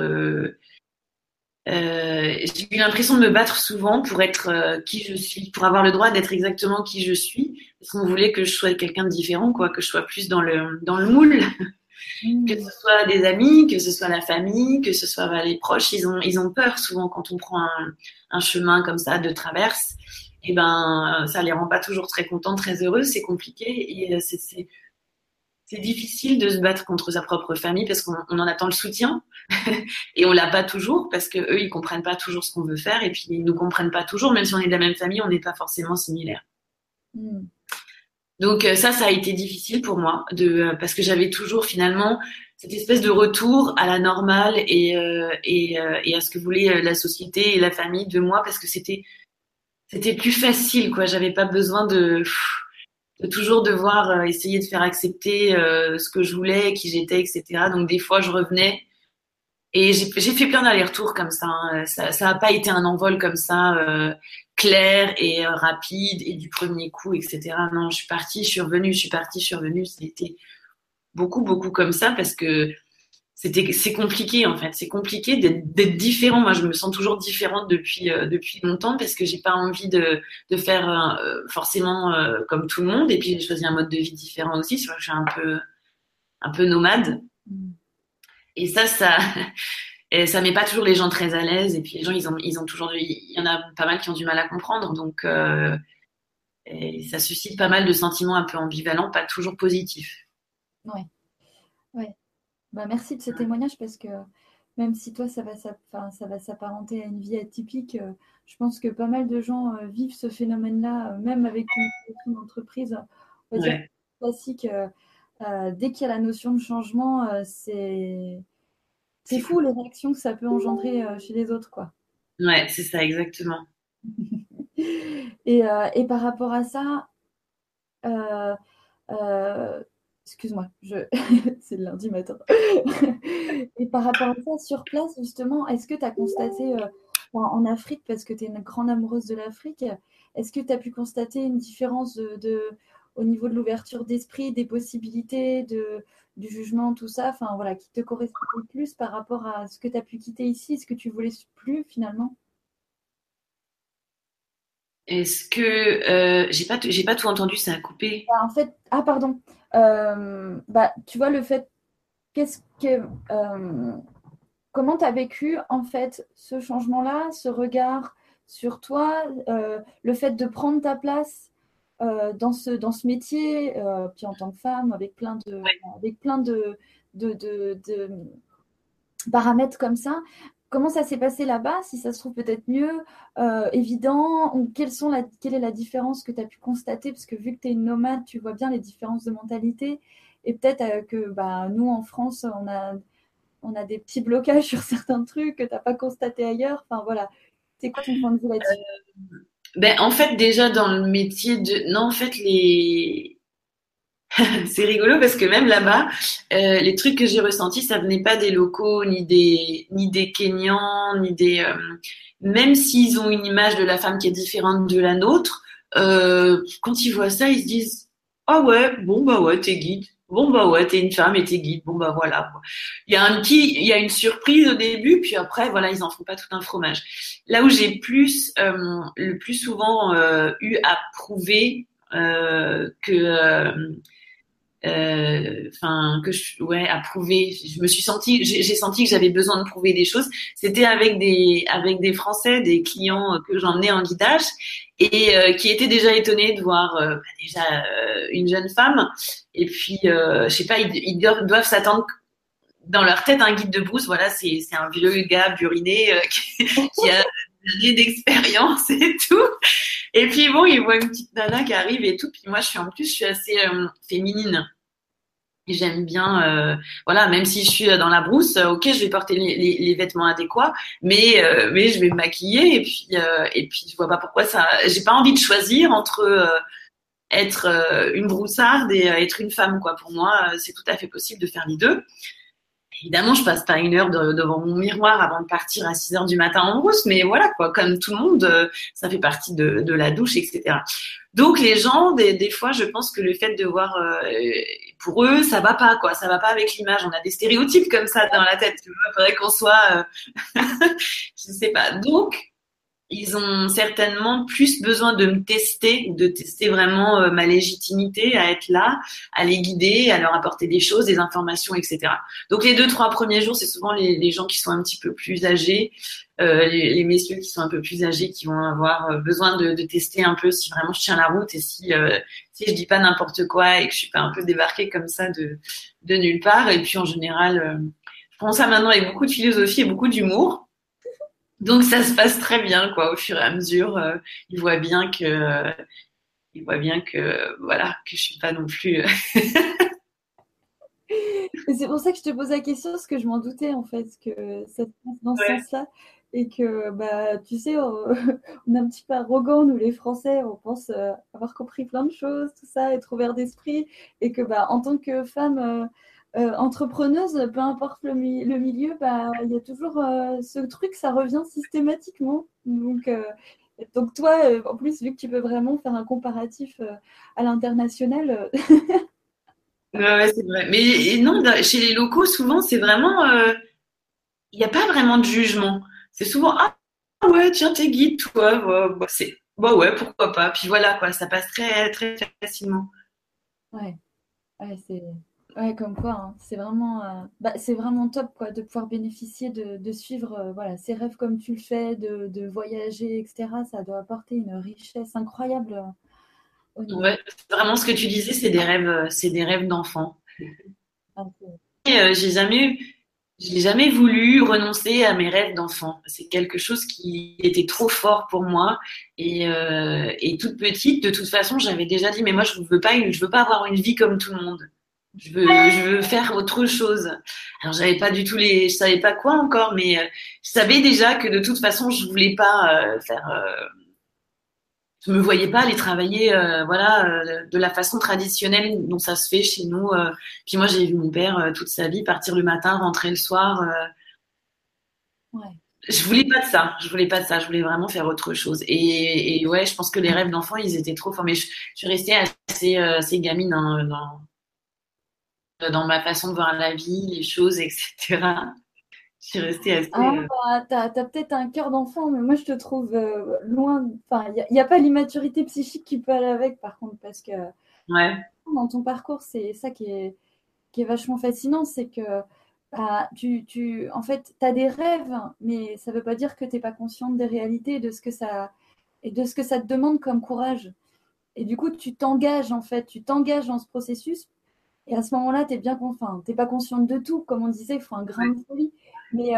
J'ai eu l'impression de me battre souvent pour être qui je suis, pour avoir le droit d'être exactement qui je suis, parce qu'on voulait que je sois quelqu'un de différent, quoi, que je sois plus dans le moule, que ce Mmh. soit des amis, que ce soit la famille, que ce soit les proches. Ils ont peur souvent quand on prend un chemin comme ça de traverse. Et ben, ça les rend pas toujours très contents, très heureux. C'est compliqué et c'est difficile de se battre contre sa propre famille parce qu'on en attend le soutien et on l'a pas toujours parce que eux ils comprennent pas toujours ce qu'on veut faire et puis ils nous comprennent pas toujours, même si on est de la même famille, on n'est pas forcément similaires. Mm. Donc ça a été difficile pour moi parce que j'avais toujours finalement cette espèce de retour à la normale et à ce que voulait la société et la famille de moi parce que c'était plus facile quoi. J'avais pas besoin de toujours devoir essayer de faire accepter ce que je voulais, qui j'étais, etc. Donc des fois je revenais et j'ai fait plein d'allers-retours comme ça, hein. Ça a pas été un envol comme ça clair et rapide et du premier coup, etc. Non, je suis partie, je suis revenue, je suis partie, je suis revenue. C'était beaucoup comme ça parce que c'est compliqué en fait. C'est compliqué d'être différent. Moi, je me sens toujours différente depuis longtemps parce que j'ai pas envie de faire forcément comme tout le monde. Et puis j'ai choisi un mode de vie différent aussi. Je suis un peu nomade. Mm. Et ça et ça met pas toujours les gens très à l'aise. Et puis les gens, ils ont toujours, il y en a pas mal qui ont du mal à comprendre. Donc et ça suscite pas mal de sentiments un peu ambivalents, pas toujours positifs. Ouais, ouais. Bah, merci de ce témoignage parce que même si toi, ça va s'apparenter à une vie atypique, je pense que pas mal de gens vivent ce phénomène-là, même avec une entreprise, on va dire, Ouais, classique. Dès qu'il y a la notion de changement, c'est fou les réactions que ça peut engendrer chez les autres, quoi. ouais, c'est ça exactement. Et par rapport à ça, euh, euh, excuse-moi, c'est le lundi matin. Et par rapport à ça, sur place, justement, est-ce que tu as constaté en Afrique, parce que tu es une grande amoureuse de l'Afrique, est-ce que tu as pu constater une différence au niveau de l'ouverture d'esprit, des possibilités, du jugement, tout ça, enfin voilà, qui te correspondait plus par rapport à ce que tu as pu quitter ici, ce que tu voulais plus finalement? Est-ce que j'ai pas tout entendu, ça a coupé. Bah, en fait, ah pardon. Bah, tu vois, le fait, qu'est-ce que, comment tu as vécu en fait ce changement-là, ce regard sur toi, le fait de prendre ta place dans ce métier, puis en tant que femme, avec plein de paramètres comme ça. Comment ça s'est passé là-bas? Si ça se trouve peut-être mieux, évident, ou quelle est la différence que tu as pu constater? Parce que vu que tu es une nomade, tu vois bien les différences de mentalité. Et peut-être que bah, nous, en France, on a des petits blocages sur certains trucs que tu n'as pas constaté ailleurs. Enfin voilà, c'est quoi ton point de vue là-dessus? Ben en fait déjà dans le métier de non en fait les c'est rigolo parce que même là-bas les trucs que j'ai ressentis ça venait pas des locaux ni des Kenyans ni des même s'ils ont une image de la femme qui est différente de la nôtre quand ils voient ça ils se disent ah ouais bon bah ouais t'es guide bon bah ouais t'es une femme et t'es guide bon bah voilà il y a une surprise au début puis après voilà ils en font pas tout un fromage. Là où j'ai le plus souvent eu à prouver que enfin ouais à prouver je me suis sentie j'ai senti que j'avais besoin de prouver des choses c'était avec des Français des clients que j'emmenais en guidage et qui étaient déjà étonnés de voir déjà une jeune femme et puis je sais pas ils doivent s'attendre dans leur tête un guide de brousse voilà c'est un vieux gars buriné qui a des années d'expérience et tout et puis bon ils voient une petite nana qui arrive et tout puis moi je suis assez féminine. Et j'aime bien, voilà, même si je suis dans la brousse, ok, je vais porter les vêtements adéquats, mais je vais me maquiller et puis je vois pas pourquoi ça. J'ai pas envie de choisir entre être une broussarde et être une femme, quoi. Pour moi, c'est tout à fait possible de faire les deux. Évidemment, je passe pas une heure devant mon miroir avant de partir à 6 heures du matin en brousse, mais voilà, quoi, comme tout le monde, ça fait partie de la douche, etc. Donc les gens, des fois, je pense que le fait de voir, pour eux, ça va pas, quoi, ça va pas avec l'image. On a des stéréotypes comme ça dans la tête. Tu vois, faudrait qu'on soit, je sais pas. Donc ils ont certainement plus besoin de me tester, de tester vraiment ma légitimité à être là, à les guider, à leur apporter des choses, des informations, etc. Donc les 2, 3 premiers jours, c'est souvent les gens qui sont un petit peu plus âgés, les messieurs qui sont un peu plus âgés, qui vont avoir besoin de tester un peu si vraiment je tiens la route et si je dis pas n'importe quoi et que je suis pas un peu débarquée comme ça de nulle part. Et puis en général, je prends ça maintenant avec beaucoup de philosophie et beaucoup d'humour. Donc ça se passe très bien, quoi. Au fur et à mesure, ils voient bien que voilà, que je suis pas non plus. Et c'est pour ça que je te pose la question, parce que je m'en doutais en fait que ça se passe dans ce Ouais, sens-là. Et que, bah, tu sais, on est un petit peu arrogants, nous les Français, on pense avoir compris plein de choses, tout ça, être ouvert d'esprit. Et que, bah, en tant que femme entrepreneuse, peu importe le milieu, bah, il y a toujours ce truc, ça revient systématiquement. Donc toi, en plus, vu que tu peux vraiment faire un comparatif à l'international, ouais, c'est vrai. Mais et non, chez les locaux, souvent, c'est vraiment, il n'y a pas vraiment de jugement. C'est souvent, ah ouais, tiens, t'es guide, toi. Bah, bah ouais, pourquoi pas. Puis voilà, quoi, ça passe très, très facilement. ouais. Ouais, ouais, comme quoi, hein, c'est vraiment top quoi, de pouvoir bénéficier de suivre voilà, ses rêves comme tu le fais, de voyager, etc. Ça doit apporter une richesse incroyable au niveau. Ouais, vraiment, ce que tu disais, c'est des rêves d'enfant. Ah, c'est- Et, j'ai jamais voulu renoncer à mes rêves d'enfant. C'est quelque chose qui était trop fort pour moi. Et toute petite, de toute façon, j'avais déjà dit, mais moi, je veux pas avoir une vie comme tout le monde. Je veux faire autre chose. Alors, j'avais pas du tout je savais pas quoi encore, mais je savais déjà que de toute façon, je voulais pas je me voyais pas aller travailler, voilà, de la façon traditionnelle dont ça se fait chez nous. Puis moi, j'ai vu mon père toute sa vie partir le matin, rentrer le soir. ouais. Je voulais pas de ça. Je voulais pas de ça. Je voulais vraiment faire autre chose. Et ouais, je pense que les rêves d'enfant, ils étaient trop forts. Mais je suis restée assez gamine hein, dans ma façon de voir la vie, les choses, etc. Je suis restée assez. Ah, bah, t'as peut-être un cœur d'enfant, mais moi je te trouve loin. Enfin, il y a pas l'immaturité psychique qui peut aller avec, par contre, parce que Ouais, dans ton parcours, c'est ça qui est vachement fascinant, c'est que bah, en fait, tu as des rêves, mais ça ne veut pas dire que tu n'es pas consciente des réalités et de ce que ça te demande comme courage. Et du coup, tu t'engages, en fait, tu t'engages dans ce processus. Et à ce moment-là, tu es bien, enfin, t'es pas consciente de tout. Comme on disait, il faut un grain ouais, de folie. Mais,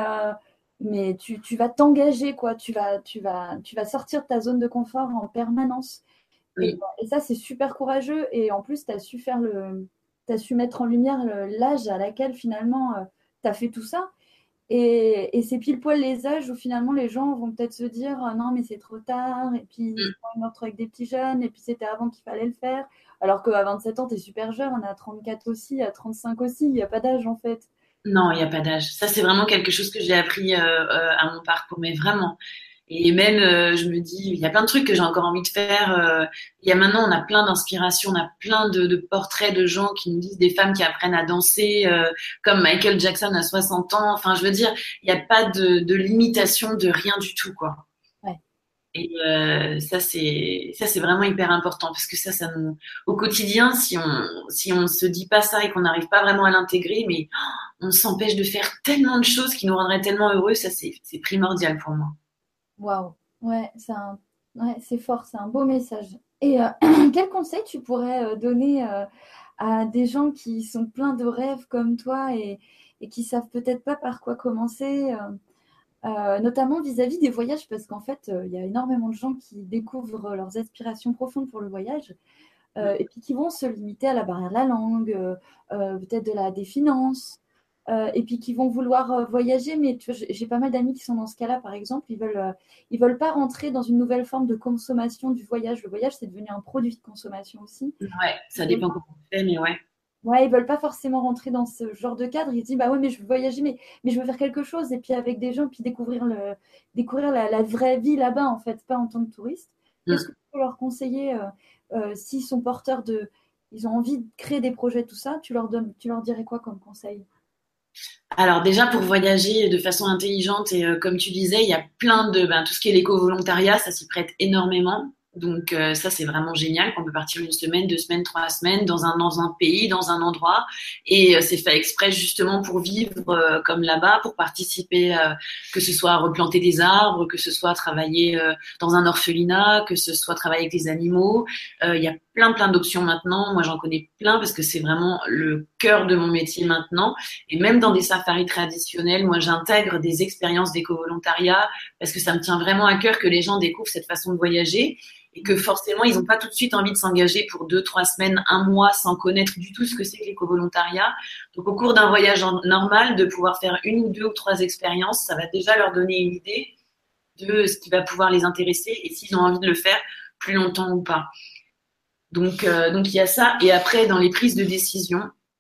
tu vas t'engager, quoi. Tu vas sortir de ta zone de confort en permanence. oui, Et ça, c'est super courageux. Et en plus, tu as su t'as su mettre en lumière l'âge à laquelle finalement tu as fait tout ça. Et c'est pile poil les âges où finalement les gens vont peut-être se dire non, mais c'est trop tard. Et puis ils mm. vont me retrouver avec des petits jeunes. Et puis c'était avant qu'il fallait le faire. Alors qu'à 27 ans, tu es super jeune. À 34 aussi, à 35 aussi. Il n'y a pas d'âge en fait. Non, il n'y a pas d'âge. Ça, c'est vraiment quelque chose que j'ai appris à mon parcours, mais vraiment. Et même, je me dis, il y a plein de trucs que j'ai encore envie de faire. Il y a maintenant, on a plein d'inspirations, on a plein de portraits de gens qui nous disent des femmes qui apprennent à danser, comme Michael Jackson à 60 ans. Enfin, je veux dire, il n'y a pas de limitation de rien du tout, quoi. Ouais. Et ça, c'est vraiment hyper important parce que ça nous, au quotidien, si on se dit pas ça et qu'on n'arrive pas vraiment à l'intégrer, mais on s'empêche de faire tellement de choses qui nous rendraient tellement heureux. Ça, c'est primordial pour moi. Waouh. Ouais, ouais, c'est fort. C'est un beau message. Et quel conseil tu pourrais donner à des gens qui sont pleins de rêves comme toi et qui savent peut-être pas par quoi commencer, notamment vis-à-vis des voyages, parce qu'en fait, il y a énormément de gens qui découvrent leurs aspirations profondes pour le voyage et puis qui vont se limiter à la barrière de la langue, peut-être des finances. Et puis qui vont vouloir voyager, mais tu vois, j'ai pas mal d'amis qui sont dans ce cas-là, par exemple, ils veulent pas rentrer dans une nouvelle forme de consommation du voyage. Le voyage, c'est devenu un produit de consommation aussi. Ouais, ça Ils veulent dépend pas, comment on fait, mais ouais. ouais, ils veulent pas forcément rentrer dans ce genre de cadre. Ils se disent, bah ouais, mais je veux voyager, mais je veux faire quelque chose, et puis avec des gens, puis découvrir la vraie vie là-bas, en fait, pas en tant que touriste. Qu'est-ce que Mm. tu peux leur conseiller s'ils sont porteurs ils ont envie de créer des projets, tout ça, tu leur dirais quoi comme conseil? Alors déjà pour voyager de façon intelligente et comme tu disais, il y a plein de tout ce qui est l'éco-volontariat, ça s'y prête énormément. Donc ça c'est vraiment génial qu'on peut partir une semaine, 2 semaines, 3 semaines dans un pays, dans un endroit et c'est fait exprès justement pour vivre comme là-bas, pour participer, que ce soit à replanter des arbres, que ce soit travailler dans un orphelinat, que ce soit travailler avec des animaux. Il y a plein d'options maintenant. Moi j'en connais plein parce que c'est vraiment le cœur de mon métier maintenant. Et même dans des safaris traditionnels, moi, j'intègre des expériences d'éco-volontariat parce que ça me tient vraiment à cœur que les gens découvrent cette façon de voyager et que forcément, ils n'ont pas tout de suite envie de s'engager pour 2, 3 semaines, un mois sans connaître du tout ce que c'est que l'éco-volontariat. Donc, au cours d'un voyage normal, de pouvoir faire 1 ou 2 ou 3 expériences, ça va déjà leur donner une idée de ce qui va pouvoir les intéresser et s'ils ont envie de le faire plus longtemps ou pas. Donc il y a ça. Et après, dans les prises de décision,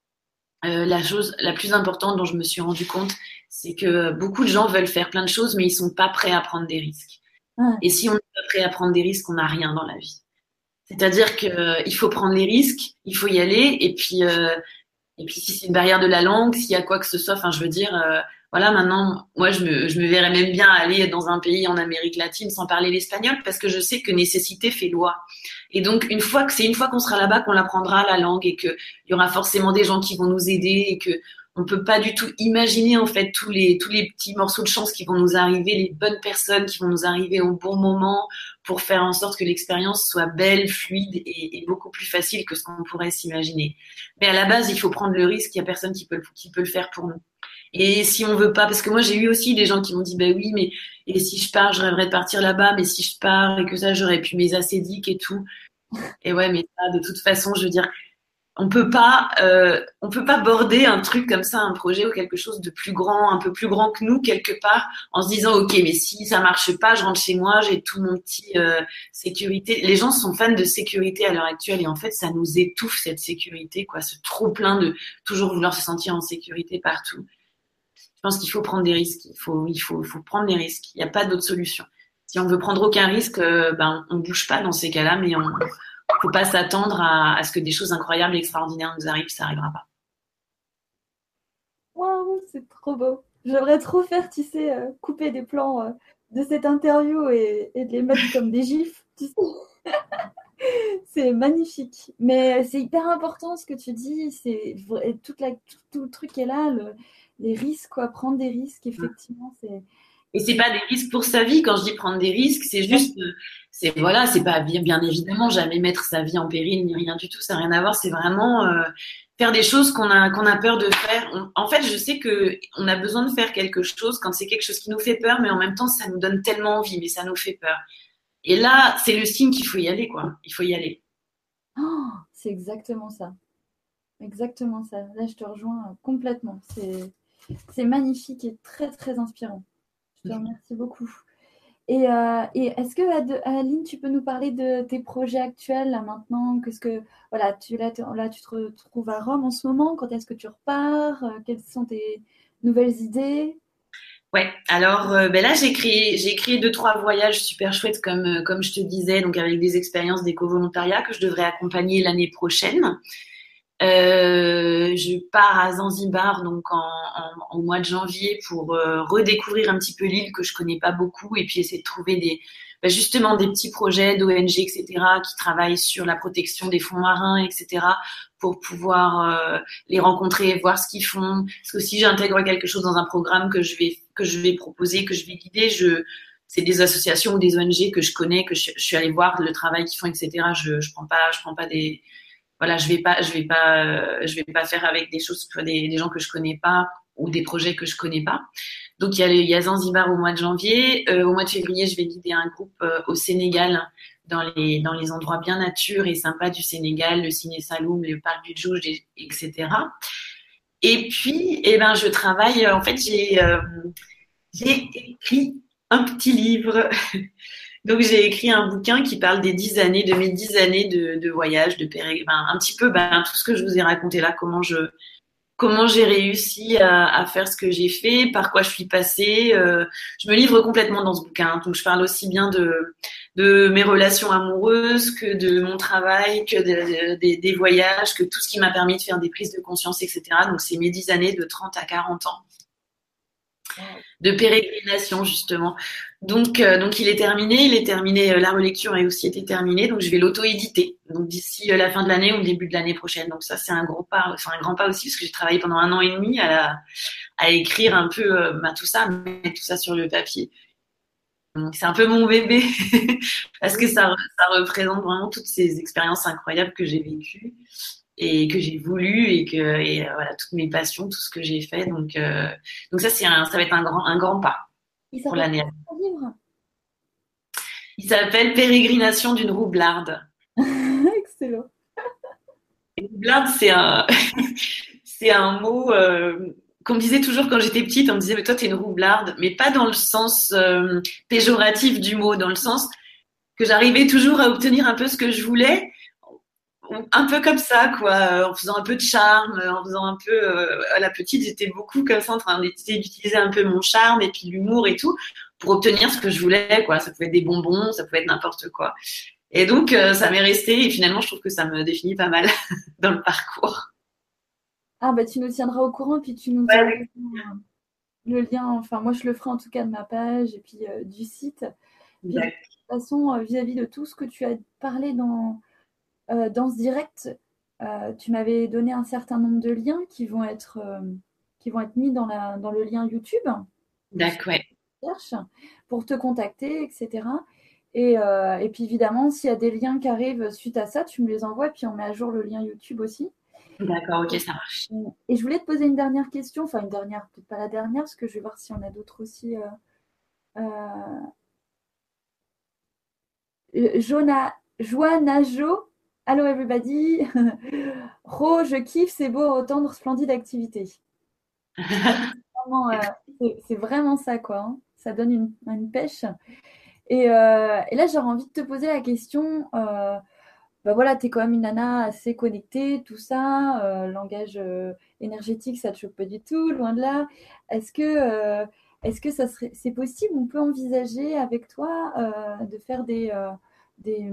la chose la plus importante dont je me suis rendu compte, c'est que beaucoup de gens veulent faire plein de choses, mais ils sont pas prêts à prendre des risques. Ouais. Et si on n'est pas prêt à prendre des risques, on n'a rien dans la vie. C'est-à-dire que il faut prendre les risques, il faut y aller, et puis si c'est une barrière de la langue, s'il y a quoi que ce soit, enfin je veux dire, voilà, maintenant, moi je me verrais même bien aller dans un pays en Amérique latine sans parler l'espagnol parce que je sais que nécessité fait loi. Et donc une fois qu'on sera là-bas qu'on apprendra la langue et que il y aura forcément des gens qui vont nous aider et que on peut pas du tout imaginer en fait tous les petits morceaux de chance qui vont nous arriver, les bonnes personnes qui vont nous arriver au bon moment pour faire en sorte que l'expérience soit belle, fluide et beaucoup plus facile que ce qu'on pourrait s'imaginer. Mais à la base, il faut prendre le risque. Il y a personne qui peut le faire pour nous. Et si on veut pas, parce que moi j'ai eu aussi des gens qui m'ont dit, bah oui, mais et si je pars, je rêverais de partir là-bas, mais si je pars et que ça, j'aurais pu mes acédiques et tout. Et ouais, mais ça, de toute façon, je veux dire, on peut pas border un truc comme ça, un projet ou quelque chose de plus grand, un peu plus grand que nous quelque part, en se disant ok, mais si ça marche pas, je rentre chez moi, j'ai tout mon petit sécurité. Les gens sont fans de sécurité à l'heure actuelle et en fait, ça nous étouffe cette sécurité, quoi, ce trop plein de toujours vouloir se sentir en sécurité partout. Je pense qu'il faut prendre des risques, il faut prendre des risques. Il n'y a pas d'autre solution. Si on veut prendre aucun risque, on bouge pas dans ces cas-là, mais on faut pas s'attendre à ce que des choses incroyables et extraordinaires nous arrivent, ça arrivera pas. Waouh, c'est trop beau. J'aimerais trop faire, tu sais, couper des plans de cette interview et de les mettre comme des gifs. Tu sais. C'est magnifique. Mais c'est hyper important ce que tu dis. C'est tout le truc est là, les risques, quoi. Prendre des risques, effectivement, c'est. Et c'est pas des risques pour sa vie. Quand je dis prendre des risques, c'est juste, voilà, c'est pas bien évidemment jamais mettre sa vie en péril ni rien du tout. Ça n'a rien à voir. C'est vraiment faire des choses qu'on a peur de faire. En fait, je sais que on a besoin de faire quelque chose quand c'est quelque chose qui nous fait peur, mais en même temps, ça nous donne tellement envie, mais ça nous fait peur. Et là, c'est le signe qu'il faut y aller, quoi. Il faut y aller. Oh, c'est exactement ça. Exactement ça. Là, je te rejoins complètement. C'est magnifique et très, très inspirant. Je te remercie beaucoup. Et est-ce que, Aline, tu peux nous parler de tes projets actuels là maintenant? Voilà, tu te retrouves à Rome en ce moment. Quand est-ce que tu repars? Quelles sont tes nouvelles idées? Ouais, alors là j'ai créé 2, 3 voyages super chouettes comme je te disais, donc avec des expériences d'éco-volontariat que je devrais accompagner l'année prochaine. Je pars à Zanzibar donc au mois de janvier pour redécouvrir un petit peu l'île que je connais pas beaucoup et puis essayer de trouver justement des petits projets d'ONG etc. qui travaillent sur la protection des fonds marins etc. pour pouvoir les rencontrer, voir ce qu'ils font. Parce que si j'intègre quelque chose dans un programme que je vais proposer, que je vais guider, c'est des associations ou des ONG que je connais, que je suis allée voir le travail qu'ils font etc. Je prends pas des voilà, je vais pas faire avec des choses, des gens que je connais pas ou des projets que je connais pas. Donc il y a Zanzibar au mois de janvier. Au mois de février, je vais guider un groupe au Sénégal dans les endroits bien nature et sympas du Sénégal, le Ciné Saloum, le parc du Djoudj, etc. Et puis, je travaille. En fait, j'ai écrit un petit livre. Donc j'ai écrit un bouquin qui parle de mes 10 années de voyage, un petit peu tout ce que je vous ai raconté là, comment j'ai réussi à faire ce que j'ai fait, par quoi je suis passée. Je me livre complètement dans ce bouquin. Donc je parle aussi bien de mes relations amoureuses, que de mon travail, que des voyages, que tout ce qui m'a permis de faire des prises de conscience, etc. Donc, c'est mes 10 années de 30 à 40 ans de pérégrination, justement. Donc il est terminé. La relecture a aussi été terminée. Donc, je vais l'auto-éditer. Donc, d'ici la fin de l'année ou le début de l'année prochaine. Donc, ça, c'est un gros pas, c'est un grand pas aussi, parce que j'ai travaillé pendant 1 an et demi à écrire un peu tout ça, mettre tout ça sur le papier. Donc, c'est un peu mon bébé parce que ça représente vraiment toutes ces expériences incroyables que j'ai vécues et que j'ai voulu voilà, toutes mes passions, tout ce que j'ai fait. Donc ça ça va être un grand pas Il pour s'appelle l'année. comment ton livre? Il s'appelle Pérégrination d'une roublarde. Excellent. Roublarde, c'est un mot qu'on me disait toujours quand j'étais petite. On me disait, mais toi, t'es une roublarde, mais pas dans le sens péjoratif du mot, dans le sens que j'arrivais toujours à obtenir un peu ce que je voulais, un peu comme ça, quoi, en faisant un peu de charme, en faisant un peu. À la petite, j'étais beaucoup comme ça, en train d'utiliser un peu mon charme et puis l'humour et tout pour obtenir ce que je voulais, quoi. Ça pouvait être des bonbons, ça pouvait être n'importe quoi. Et donc, ça m'est resté. Et finalement, je trouve que ça me définit pas mal dans le parcours. Ah bah tu nous tiendras au courant, puis tu nous Ouais, enverras le lien, enfin moi je le ferai en tout cas de ma page et puis du site. Puis de toute oui. façon, vis-à-vis de tout ce que tu as parlé dans ce direct, tu m'avais donné un certain nombre de liens qui vont être mis dans le lien YouTube pour ceux D'accord, ouais. qui cherchent, pour te contacter, etc. Et puis évidemment, s'il y a des liens qui arrivent suite à ça, tu me les envoies, et puis on met à jour le lien YouTube aussi. D'accord, ok, ça marche. Et je voulais te poser une dernière question, enfin une dernière, peut-être pas la dernière, parce que je vais voir si on a d'autres aussi. Euh, Joanna Jo, hello everybody. Ro, je kiffe, c'est beau à autant de splendides activités. Vraiment, c'est vraiment ça, quoi, hein. Ça donne une pêche. Et là, j'aurais envie de te poser la question. Bah voilà, tu es quand même une nana assez connectée, tout ça. Langage énergétique, ça te choque pas du tout, loin de là. Est-ce que, est-ce que c'est possible, on peut envisager avec toi de faire des,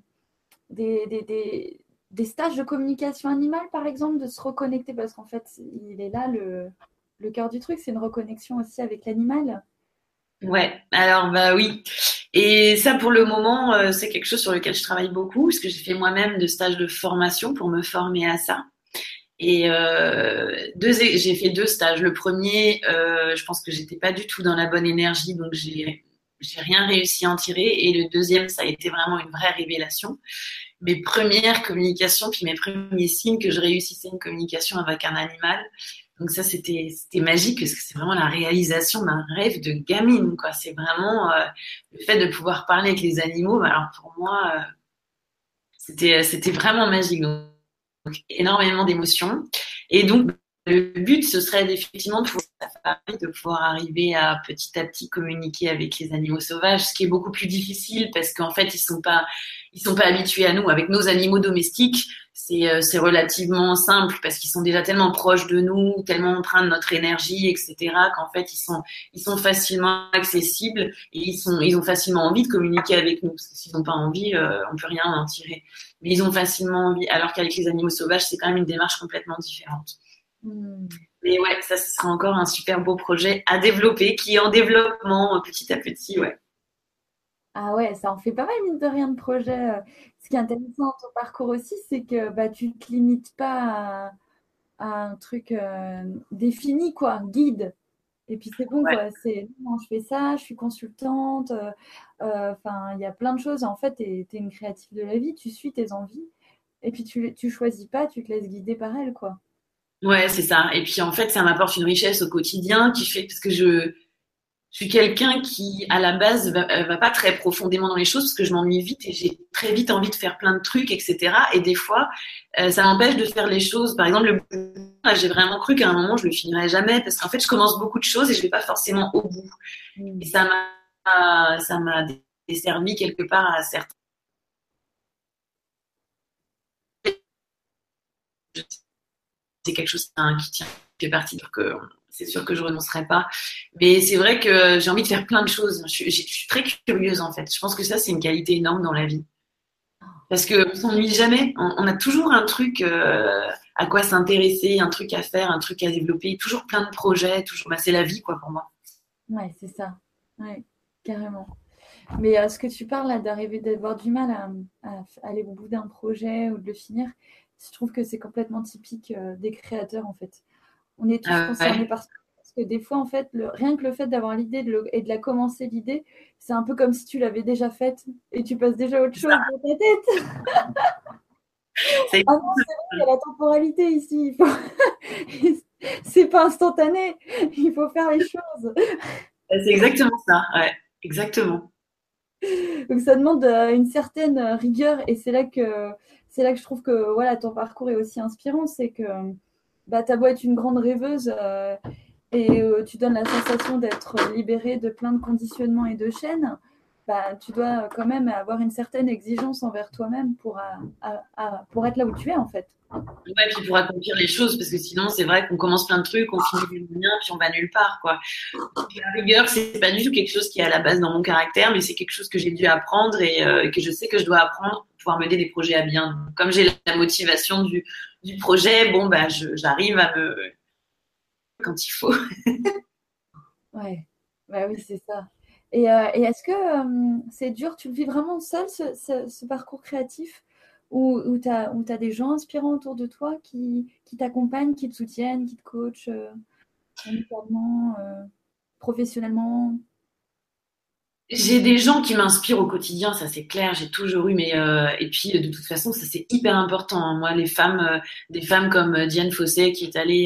des stages de communication animale, par exemple, de se reconnecter, parce qu'en fait, il est là le cœur du truc, c'est une reconnexion aussi avec l'animal. Ouais, alors bah oui. Et ça, pour le moment, c'est quelque chose sur lequel je travaille beaucoup, parce que j'ai fait moi-même de stages de formation pour me former à ça. Et j'ai fait 2 stages. Le premier, je pense que j'étais pas du tout dans la bonne énergie, donc j'ai rien réussi à en tirer. Et le deuxième, ça a été vraiment une vraie révélation. Mes premières communications, puis mes premiers signes que je réussissais une communication avec un animal. Donc ça, c'était magique parce que c'est vraiment la réalisation d'un rêve de gamine, quoi. C'est vraiment le fait de pouvoir parler avec les animaux. Bah, alors pour moi, c'était vraiment magique. Donc énormément d'émotions. Et donc le but, ce serait effectivement de pouvoir arriver à petit communiquer avec les animaux sauvages, ce qui est beaucoup plus difficile parce qu'en fait ils sont pas habitués à nous. Avec nos animaux domestiques, c'est relativement simple parce qu'ils sont déjà tellement proches de nous, tellement empreints de notre énergie, etc. qu'en fait ils sont facilement accessibles et ils ont facilement envie de communiquer avec nous parce que s'ils n'ont pas envie, on peut rien en tirer. Mais ils ont facilement envie, alors qu'avec les animaux sauvages, c'est quand même une démarche complètement différente. Hmm. Mais ouais, ça, ce sera encore un super beau projet à développer, qui est en développement petit à petit, ouais. Ah ouais, ça en fait pas mal, mine de rien, de projet. Ce qui est intéressant dans ton parcours aussi, c'est que bah, tu ne te limites pas à un truc défini, quoi, un guide. Et puis c'est bon, Ouais, quoi. C'est non, je fais ça, je suis consultante. Enfin, il y a plein de choses. En fait, tu es une créative de la vie, tu suis tes envies. Et puis tu choisis pas, tu te laisses guider par elle, quoi. ouais, c'est ça. Et puis en fait, ça m'apporte une richesse au quotidien qui fait parce que je suis quelqu'un qui, à la base, va pas très profondément dans les choses parce que je m'ennuie vite et j'ai très vite envie de faire plein de trucs, etc. Et des fois, ça m'empêche de faire les choses. Par exemple, le bouquin, là, j'ai vraiment cru qu'à un moment, je le finirais jamais parce qu'en fait, je commence beaucoup de choses et je vais pas forcément au bout. Et Mm. ça m'a desservi quelque part à certains. C'est quelque chose qui tient, qui fait partie. Donc, c'est sûr que je renoncerai pas. Mais c'est vrai que j'ai envie de faire plein de choses. Je suis très curieuse en fait. Je pense que ça, c'est une qualité énorme dans la vie. Parce qu'on s'ennuie jamais. On a toujours un truc à quoi s'intéresser, un truc à faire, un truc à développer. Toujours plein de projets. Toujours, bah, c'est la vie quoi pour moi. Ouais, c'est ça. Ouais, carrément. Mais ce que tu parles là, d'arriver d'avoir du mal à aller au bout d'un projet ou de le finir, je trouve que c'est complètement typique des créateurs en fait. On est tous concernés Ouais. par ça. Parce que des fois, en fait, rien que le fait d'avoir l'idée et de la commencer l'idée, c'est un peu comme si tu l'avais déjà faite et tu passes déjà à autre chose dans ta tête. C'est Ah non, c'est vrai, il y a la temporalité ici. C'est pas instantané. Il faut faire les choses. c'est exactement ça. Ouais, exactement. Donc ça demande une certaine rigueur et c'est là que je trouve que voilà, ton parcours est aussi inspirant. C'est que bah, t'as beau être une grande rêveuse et tu donnes la sensation d'être libérée de plein de conditionnements et de chaînes, bah, tu dois quand même avoir une certaine exigence envers toi-même pour être là où tu es en fait. Ouais, puis pour accomplir les choses, parce que sinon, c'est vrai qu'on commence plein de trucs, on finit rien, puis on va nulle part, quoi. La rigueur, c'est pas du tout quelque chose qui est à la base dans mon caractère, mais c'est quelque chose que j'ai dû apprendre et que je sais que je dois apprendre pour pouvoir mener des projets à bien. Donc, comme j'ai la motivation du projet, bon, bah, j'arrive à me, quand il faut. Ouais, bah oui, c'est ça. Et est-ce que c'est dur, tu le vis vraiment seul, ce parcours créatif, ou t'as des gens inspirants autour de toi qui t'accompagnent, qui te soutiennent, qui te coachent amicalement, professionnellement? J'ai des gens qui m'inspirent au quotidien, ça c'est clair, j'ai toujours eu, mais et puis de toute façon, ça c'est hyper important, hein. Moi, les femmes, des femmes comme Diane Fossey qui est allée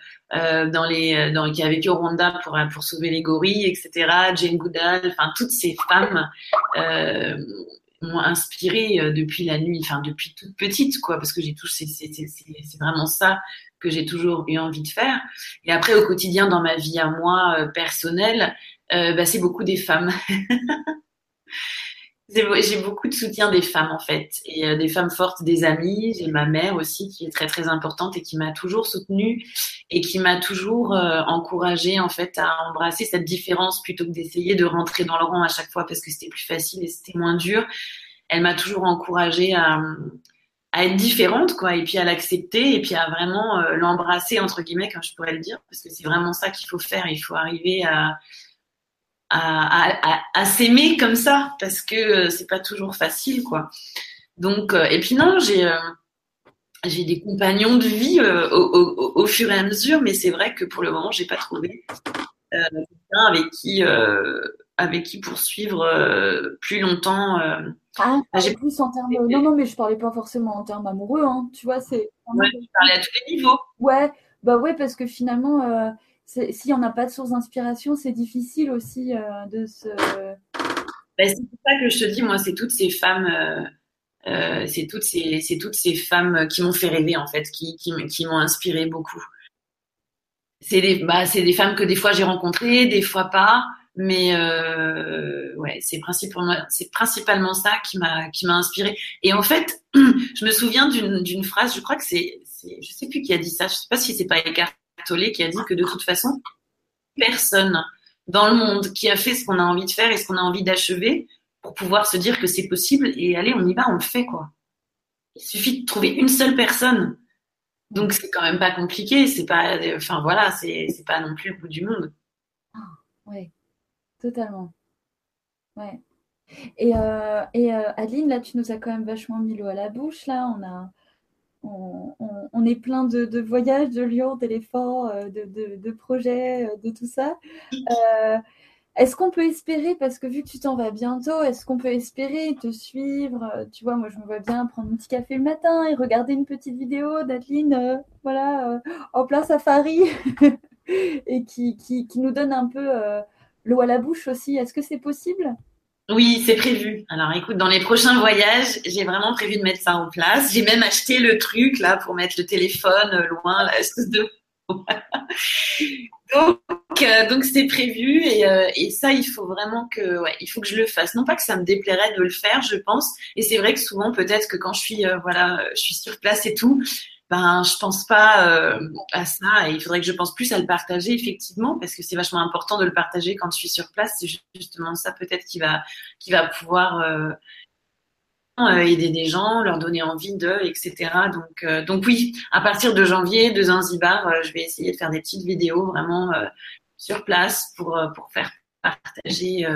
qui a vécu au Rwanda pour sauver les gorilles, etc. Jane Goodall, enfin toutes ces femmes euh, m'ont inspirée depuis la nuit, enfin depuis toute petite, quoi, parce que j'ai tout, c'est vraiment ça que j'ai toujours eu envie de faire. Et après, au quotidien, dans ma vie à moi personnelle, bah, c'est beaucoup des femmes. J'ai beaucoup de soutien des femmes en fait, et des femmes fortes, des amies. J'ai ma mère aussi qui est très très importante et qui m'a toujours soutenue et qui m'a toujours encouragée en fait à embrasser cette différence plutôt que d'essayer de rentrer dans le rang à chaque fois parce que c'était plus facile et c'était moins dur. Elle m'a toujours encouragée à être différente quoi et puis à l'accepter et puis à vraiment l'embrasser entre guillemets comme je pourrais le dire parce que c'est vraiment ça qu'il faut faire. Il faut arriver à s'aimer comme ça parce que c'est pas toujours facile quoi. Donc et puis non, j'ai des compagnons de vie au fur et à mesure, mais c'est vrai que pour le moment j'ai pas trouvé quelqu'un avec qui poursuivre plus longtemps. Ah, je J'ai parlais plus en termes. Non, non, mais je parlais pas forcément en termes amoureux, hein. Tu vois, c'est ouais, vraiment je parlais à tous les niveaux. ouais, bah ouais, parce que finalement, s'il n'y en a pas de source d'inspiration, c'est difficile aussi de se. Ben, c'est pour ça que je te dis, moi, c'est toutes ces femmes, c'est toutes ces femmes qui m'ont fait rêver en fait, qui m'ont inspiré beaucoup. C'est des femmes que des fois j'ai rencontrées, des fois pas, mais ouais, c'est principalement ça qui m'a inspirée. Et en fait, je me souviens d'une phrase, je crois que je sais plus qui a dit ça, je sais pas si c'est pas Eckhart Tolle qui a dit que de toute façon, personne dans le monde qui a fait ce qu'on a envie de faire et ce qu'on a envie d'achever pour pouvoir se dire que c'est possible et allez, on y va, on le fait quoi. Il suffit de trouver une seule personne. Donc c'est quand même pas compliqué, c'est pas, enfin voilà, c'est pas non plus le bout du monde. Ouais, totalement. Ouais. Et Adeline, là, tu nous as quand même vachement mis l'eau à la bouche. Là, on est plein de voyages, de lions, d'éléphants, de projets, de tout ça. Euh, Est-ce qu'on peut espérer, parce que vu que tu t'en vas bientôt, est-ce qu'on peut espérer te suivre? Tu vois, moi, je me vois bien prendre un petit café le matin et regarder une petite vidéo d'Adeline, voilà, en plein safari, et qui nous donne un peu l'eau à la bouche aussi. Est-ce que c'est possible? Oui, c'est prévu. Alors écoute, dans les prochains voyages, j'ai vraiment prévu de mettre ça en place. J'ai même acheté le truc là pour mettre le téléphone loin, là, espèce de donc c'est prévu et ça il faut vraiment que ouais, il faut que je le fasse. Non pas que ça me déplairait de le faire, je pense. Et c'est vrai que souvent peut-être que quand je suis voilà, je suis sur place et tout, Ben, je pense pas à ça et il faudrait que je pense plus à le partager effectivement parce que c'est vachement important de le partager quand je suis sur place. C'est justement ça peut-être qui va pouvoir aider des gens, leur donner envie d'eux, etc. Donc oui, à partir de janvier, de Zanzibar, je vais essayer de faire des petites vidéos vraiment sur place pour faire partager.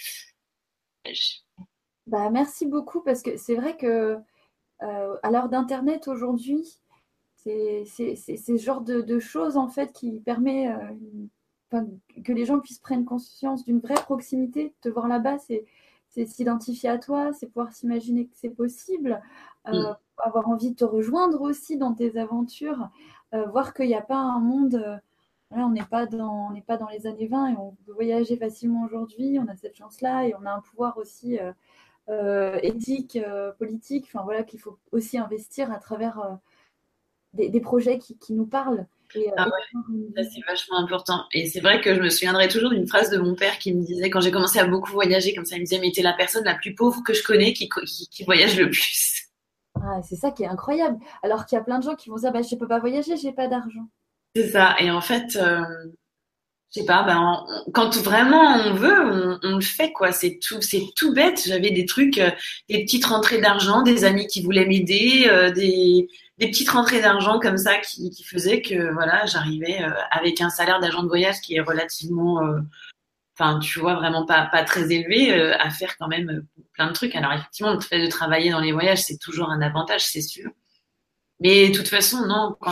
Bah, merci beaucoup parce que c'est vrai que à l'heure d'Internet aujourd'hui, c'est ce genre de choses en fait qui permet enfin, que les gens puissent prendre conscience d'une vraie proximité. Te voir là-bas, c'est s'identifier à toi, c'est pouvoir s'imaginer que c'est possible, avoir envie de te rejoindre aussi dans tes aventures, voir qu'il n'y a pas un monde. Voilà, on n'est pas dans les années 20 et on peut voyager facilement aujourd'hui. On a cette chance-là et on a un pouvoir aussi éthique, politique, enfin voilà, qu'il faut aussi investir à travers des projets qui nous parlent. Ah ouais, ça c'est vachement important. Et c'est vrai que je me souviendrai toujours d'une phrase de mon père qui me disait, quand j'ai commencé à beaucoup voyager, comme ça, il me disait, mais t'es la personne la plus pauvre que je connais qui voyage le plus. Ah, c'est ça qui est incroyable. Alors qu'il y a plein de gens qui vont dire bah, je ne peux pas voyager, j'ai pas d'argent. C'est ça. Et en fait, je sais pas, ben, quand vraiment on veut, on le fait, quoi. C'est tout bête. J'avais des trucs, des petites rentrées d'argent, des amis qui voulaient m'aider, des petites rentrées d'argent comme ça qui faisaient que, voilà, j'arrivais avec un salaire d'agent de voyage qui est relativement, enfin, tu vois, vraiment pas très élevé, à faire quand même plein de trucs. Alors effectivement, le fait de travailler dans les voyages, c'est toujours un avantage, c'est sûr. Mais de toute façon, non, quand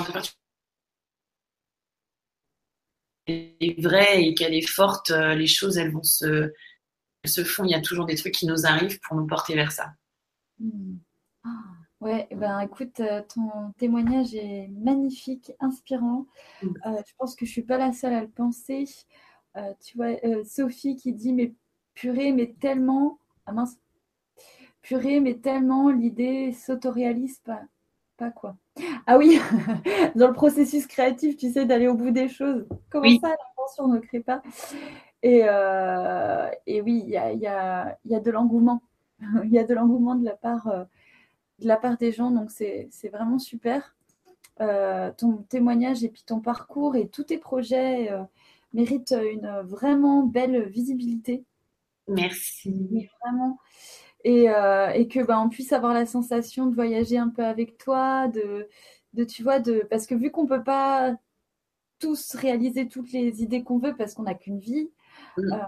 est vraie et qu'elle est forte, les choses, elles se font. Il y a toujours des trucs qui nous arrivent pour nous porter vers ça. Hmm. Ah, ouais, ben écoute, ton témoignage est magnifique, inspirant. Je pense que je suis pas la seule à le penser. Tu vois, Sophie qui dit mais purée, mais tellement, ah mince, purée, mais tellement l'idée s'autoréalise pas quoi. Ah oui, dans le processus créatif, tu sais, d'aller au bout des choses. Comment Oui, ça, l'intention ne crée pas? Et oui, il y a de l'engouement. Il y a de l'engouement de la part des gens, donc c'est vraiment super. Ton témoignage et puis ton parcours et tous tes projets méritent une vraiment belle visibilité. Mais merci. vraiment. Et que on puisse avoir la sensation de voyager un peu avec toi, tu vois, parce que vu qu'on peut pas tous réaliser toutes les idées qu'on veut parce qu'on n'a qu'une vie, euh,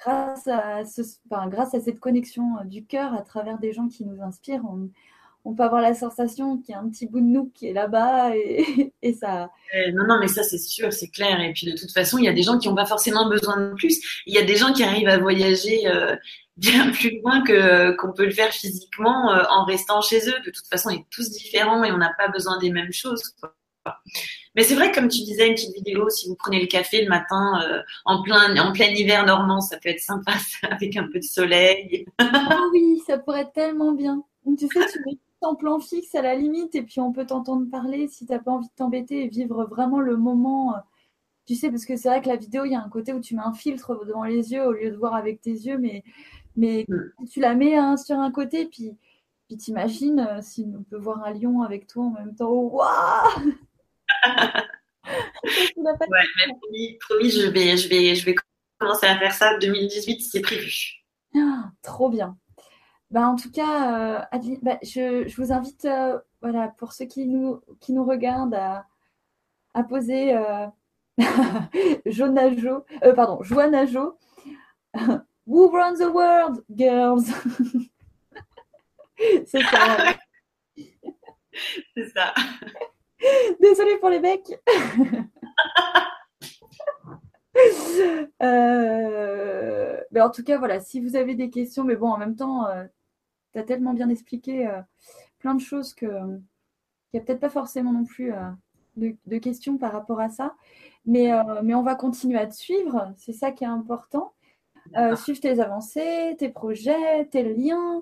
grâce à cette connexion du cœur à travers des gens qui nous inspirent, on peut avoir la sensation qu'il y a un petit bout de nous qui est là-bas et ça. Non, non, mais ça, c'est sûr, c'est clair. Et puis, de toute façon, il y a des gens qui n'ont pas forcément besoin de plus. Il y a des gens qui arrivent à voyager bien plus loin qu'on peut le faire physiquement en restant chez eux. De toute façon, on est tous différents et on n'a pas besoin des mêmes choses, quoi. Mais c'est vrai, comme tu disais, une petite vidéo, si vous prenez le café le matin en plein hiver normand, ça peut être sympa avec un peu de soleil. Ah oui, ça pourrait être tellement bien. Tu sais, tu mets tout en plan fixe à la limite et puis on peut t'entendre parler si t'as pas envie de t'embêter et vivre vraiment le moment. Tu sais, parce que c'est vrai que la vidéo, il y a un côté où tu mets un filtre devant les yeux au lieu de voir avec tes yeux, mais tu la mets hein, sur un côté, puis t'imagines si on peut voir un lion avec toi en même temps. Waouh! Ça, tu l'as pas Ouais, dit. mais promis, je vais commencer à faire ça. 2018, c'est prévu. Ah, trop bien. Bah, en tout cas, Adeline, bah, je vous invite, voilà, pour ceux qui nous regardent, à poser Joanna Jo. Who runs the world, girls? C'est ça. C'est ça. Désolée pour les becs. Mais en tout cas, voilà, si vous avez des questions, mais bon, en même temps, tu as tellement bien expliqué plein de choses qu'il n'y a peut-être pas forcément non plus de questions par rapport à ça. Mais on va continuer à te suivre, c'est ça qui est important. Suivre tes avancées, tes projets, tes liens.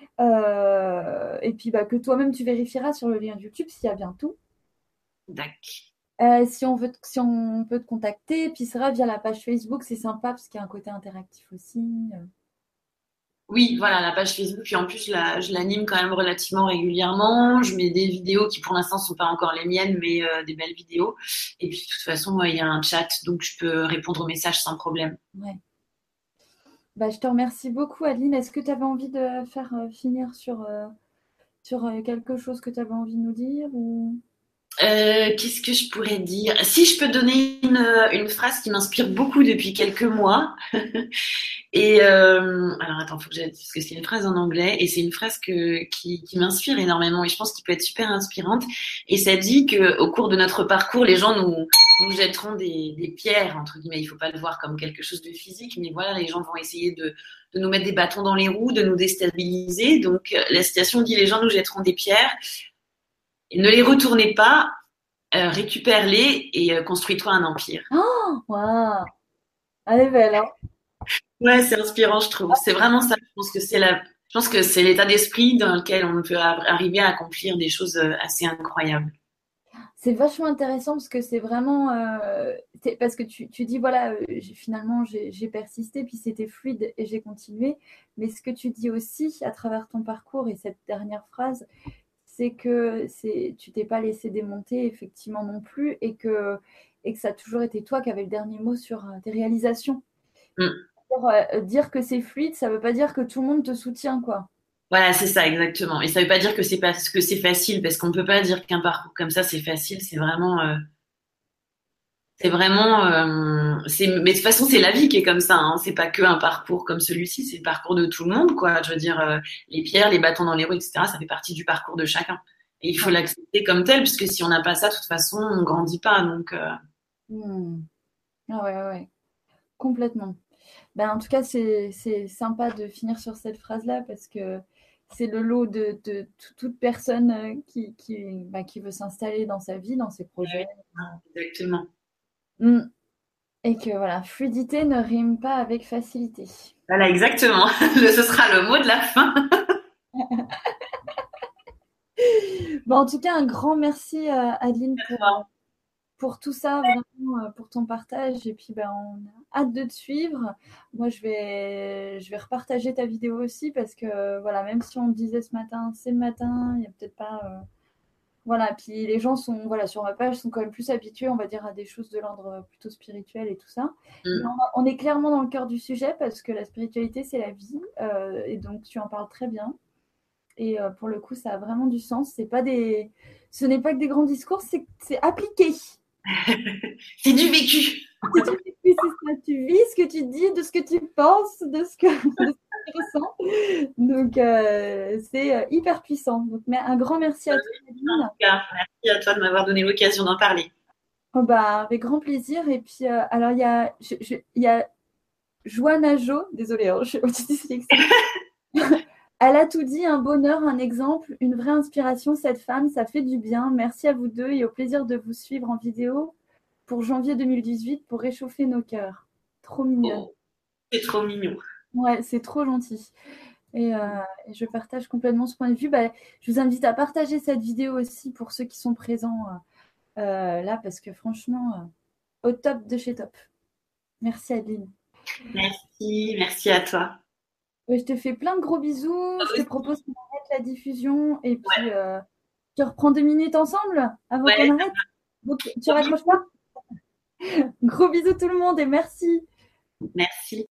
Et puis que toi-même tu vérifieras sur le lien de YouTube s'il y a bien tout. D'accord. Si on peut te contacter, puis c'est vrai, via la page Facebook, c'est sympa parce qu'il y a un côté interactif aussi. Oui, voilà, la page Facebook. Puis en plus, je l'anime quand même relativement régulièrement. Je mets des vidéos qui, pour l'instant, sont pas encore les miennes, mais des belles vidéos. Et puis, de toute façon, il y a un chat, donc je peux répondre aux messages sans problème. Ouais. Bah, je te remercie beaucoup, Adeline. Est-ce que tu avais envie de faire finir sur quelque chose que tu avais envie de nous dire ou... Qu'est-ce que je pourrais dire? Si je peux donner une phrase qui m'inspire beaucoup depuis quelques mois. Et alors attends, faut que j'aille parce que c'est une phrase en anglais et c'est une phrase qui m'inspire énormément et je pense qu'il peut être super inspirante. Et ça dit que au cours de notre parcours, les gens nous jetteront des pierres entre guillemets. Il faut pas le voir comme quelque chose de physique, mais voilà, les gens vont essayer de nous mettre des bâtons dans les roues, de nous déstabiliser. Donc la citation dit les gens nous jetteront des pierres. Ne les retournez pas, récupère-les et construis-toi un empire. Oh, waouh! Elle est belle, hein? Ouais, c'est inspirant, je trouve. C'est vraiment ça. Je pense que c'est l'état d'esprit dans lequel on peut arriver à accomplir des choses assez incroyables. C'est vachement intéressant parce que c'est vraiment. Parce que tu dis, voilà, finalement, j'ai persisté, puis c'était fluide et j'ai continué. Mais ce que tu dis aussi à travers ton parcours et cette dernière phrase, c'est que tu t'es pas laissé démonter, effectivement, non plus, et que ça a toujours été toi qui avais le dernier mot sur tes réalisations. Mm. Pour, dire que c'est fluide, ça veut pas dire que tout le monde te soutient, quoi. Voilà, c'est ça, exactement. Et ça veut pas dire que c'est parce que c'est facile, parce qu'on peut pas dire qu'un parcours comme ça, c'est facile. Mais de toute façon, c'est la vie qui est comme ça, hein. C'est pas que un parcours comme celui-ci, c'est le parcours de tout le monde, quoi. Je veux dire, les pierres, les bâtons dans les roues, etc., ça fait partie du parcours de chacun. Et il faut l'accepter comme tel, puisque si on n'a pas ça, de toute façon, on grandit pas. Donc, Hmm. Ah ouais, ouais, ouais, complètement. Ben, en tout cas, c'est sympa de finir sur cette phrase-là parce que c'est le lot de toute personne qui veut s'installer dans sa vie, dans ses projets. exactement. Hmm. Et que voilà, fluidité ne rime pas avec facilité. Voilà, exactement. Ce sera le mot de la fin. Bon, en tout cas, un grand merci, Adeline, pour tout ça, vraiment, pour ton partage. Et puis, ben, on a hâte de te suivre. Moi, je vais repartager ta vidéo aussi parce que, voilà, même si on le disait ce matin, c'est le matin, il n'y a peut-être pas. Voilà, puis les gens sont, voilà, sur ma page, sont quand même plus habitués, on va dire, à des choses de l'ordre plutôt spirituel et tout ça. Mais Mm. on est clairement dans le cœur du sujet parce que la spiritualité, c'est la vie. Et donc, tu en parles très bien. Et pour le coup, ça a vraiment du sens. Ce n'est pas que des grands discours, c'est appliqué. C'est du vécu. C'est du vécu, c'est ça. Tu vis ce que tu dis, de ce que tu penses, de ce que tu ressens. Donc, c'est hyper puissant. Donc, mais un grand merci à toi, En Nadine. tout cas, merci à toi de m'avoir donné l'occasion d'en parler. Oh, bah, avec grand plaisir. Et puis, alors, il y a Joanna Jo, désolée, hein, je suis aussi dyslexique. Elle a tout dit, un bonheur, un exemple, une vraie inspiration, cette femme, ça fait du bien. Merci à vous deux et au plaisir de vous suivre en vidéo pour janvier 2018 pour réchauffer nos cœurs. Trop mignonne. Oh, c'est trop mignon. Ouais, c'est trop gentil. Et je partage complètement ce point de vue. Bah, je vous invite à partager cette vidéo aussi pour ceux qui sont présents là, parce que franchement, au top de chez top. Merci Adeline. Merci, merci à toi. Ouais, je te fais plein de gros bisous. Je te propose qu'on arrête la diffusion et puis Ouais, tu reprends 2 minutes ensemble avant qu'on ouais, arrête. Donc, tu raccroches pas? Gros bisous tout le monde et merci. merci.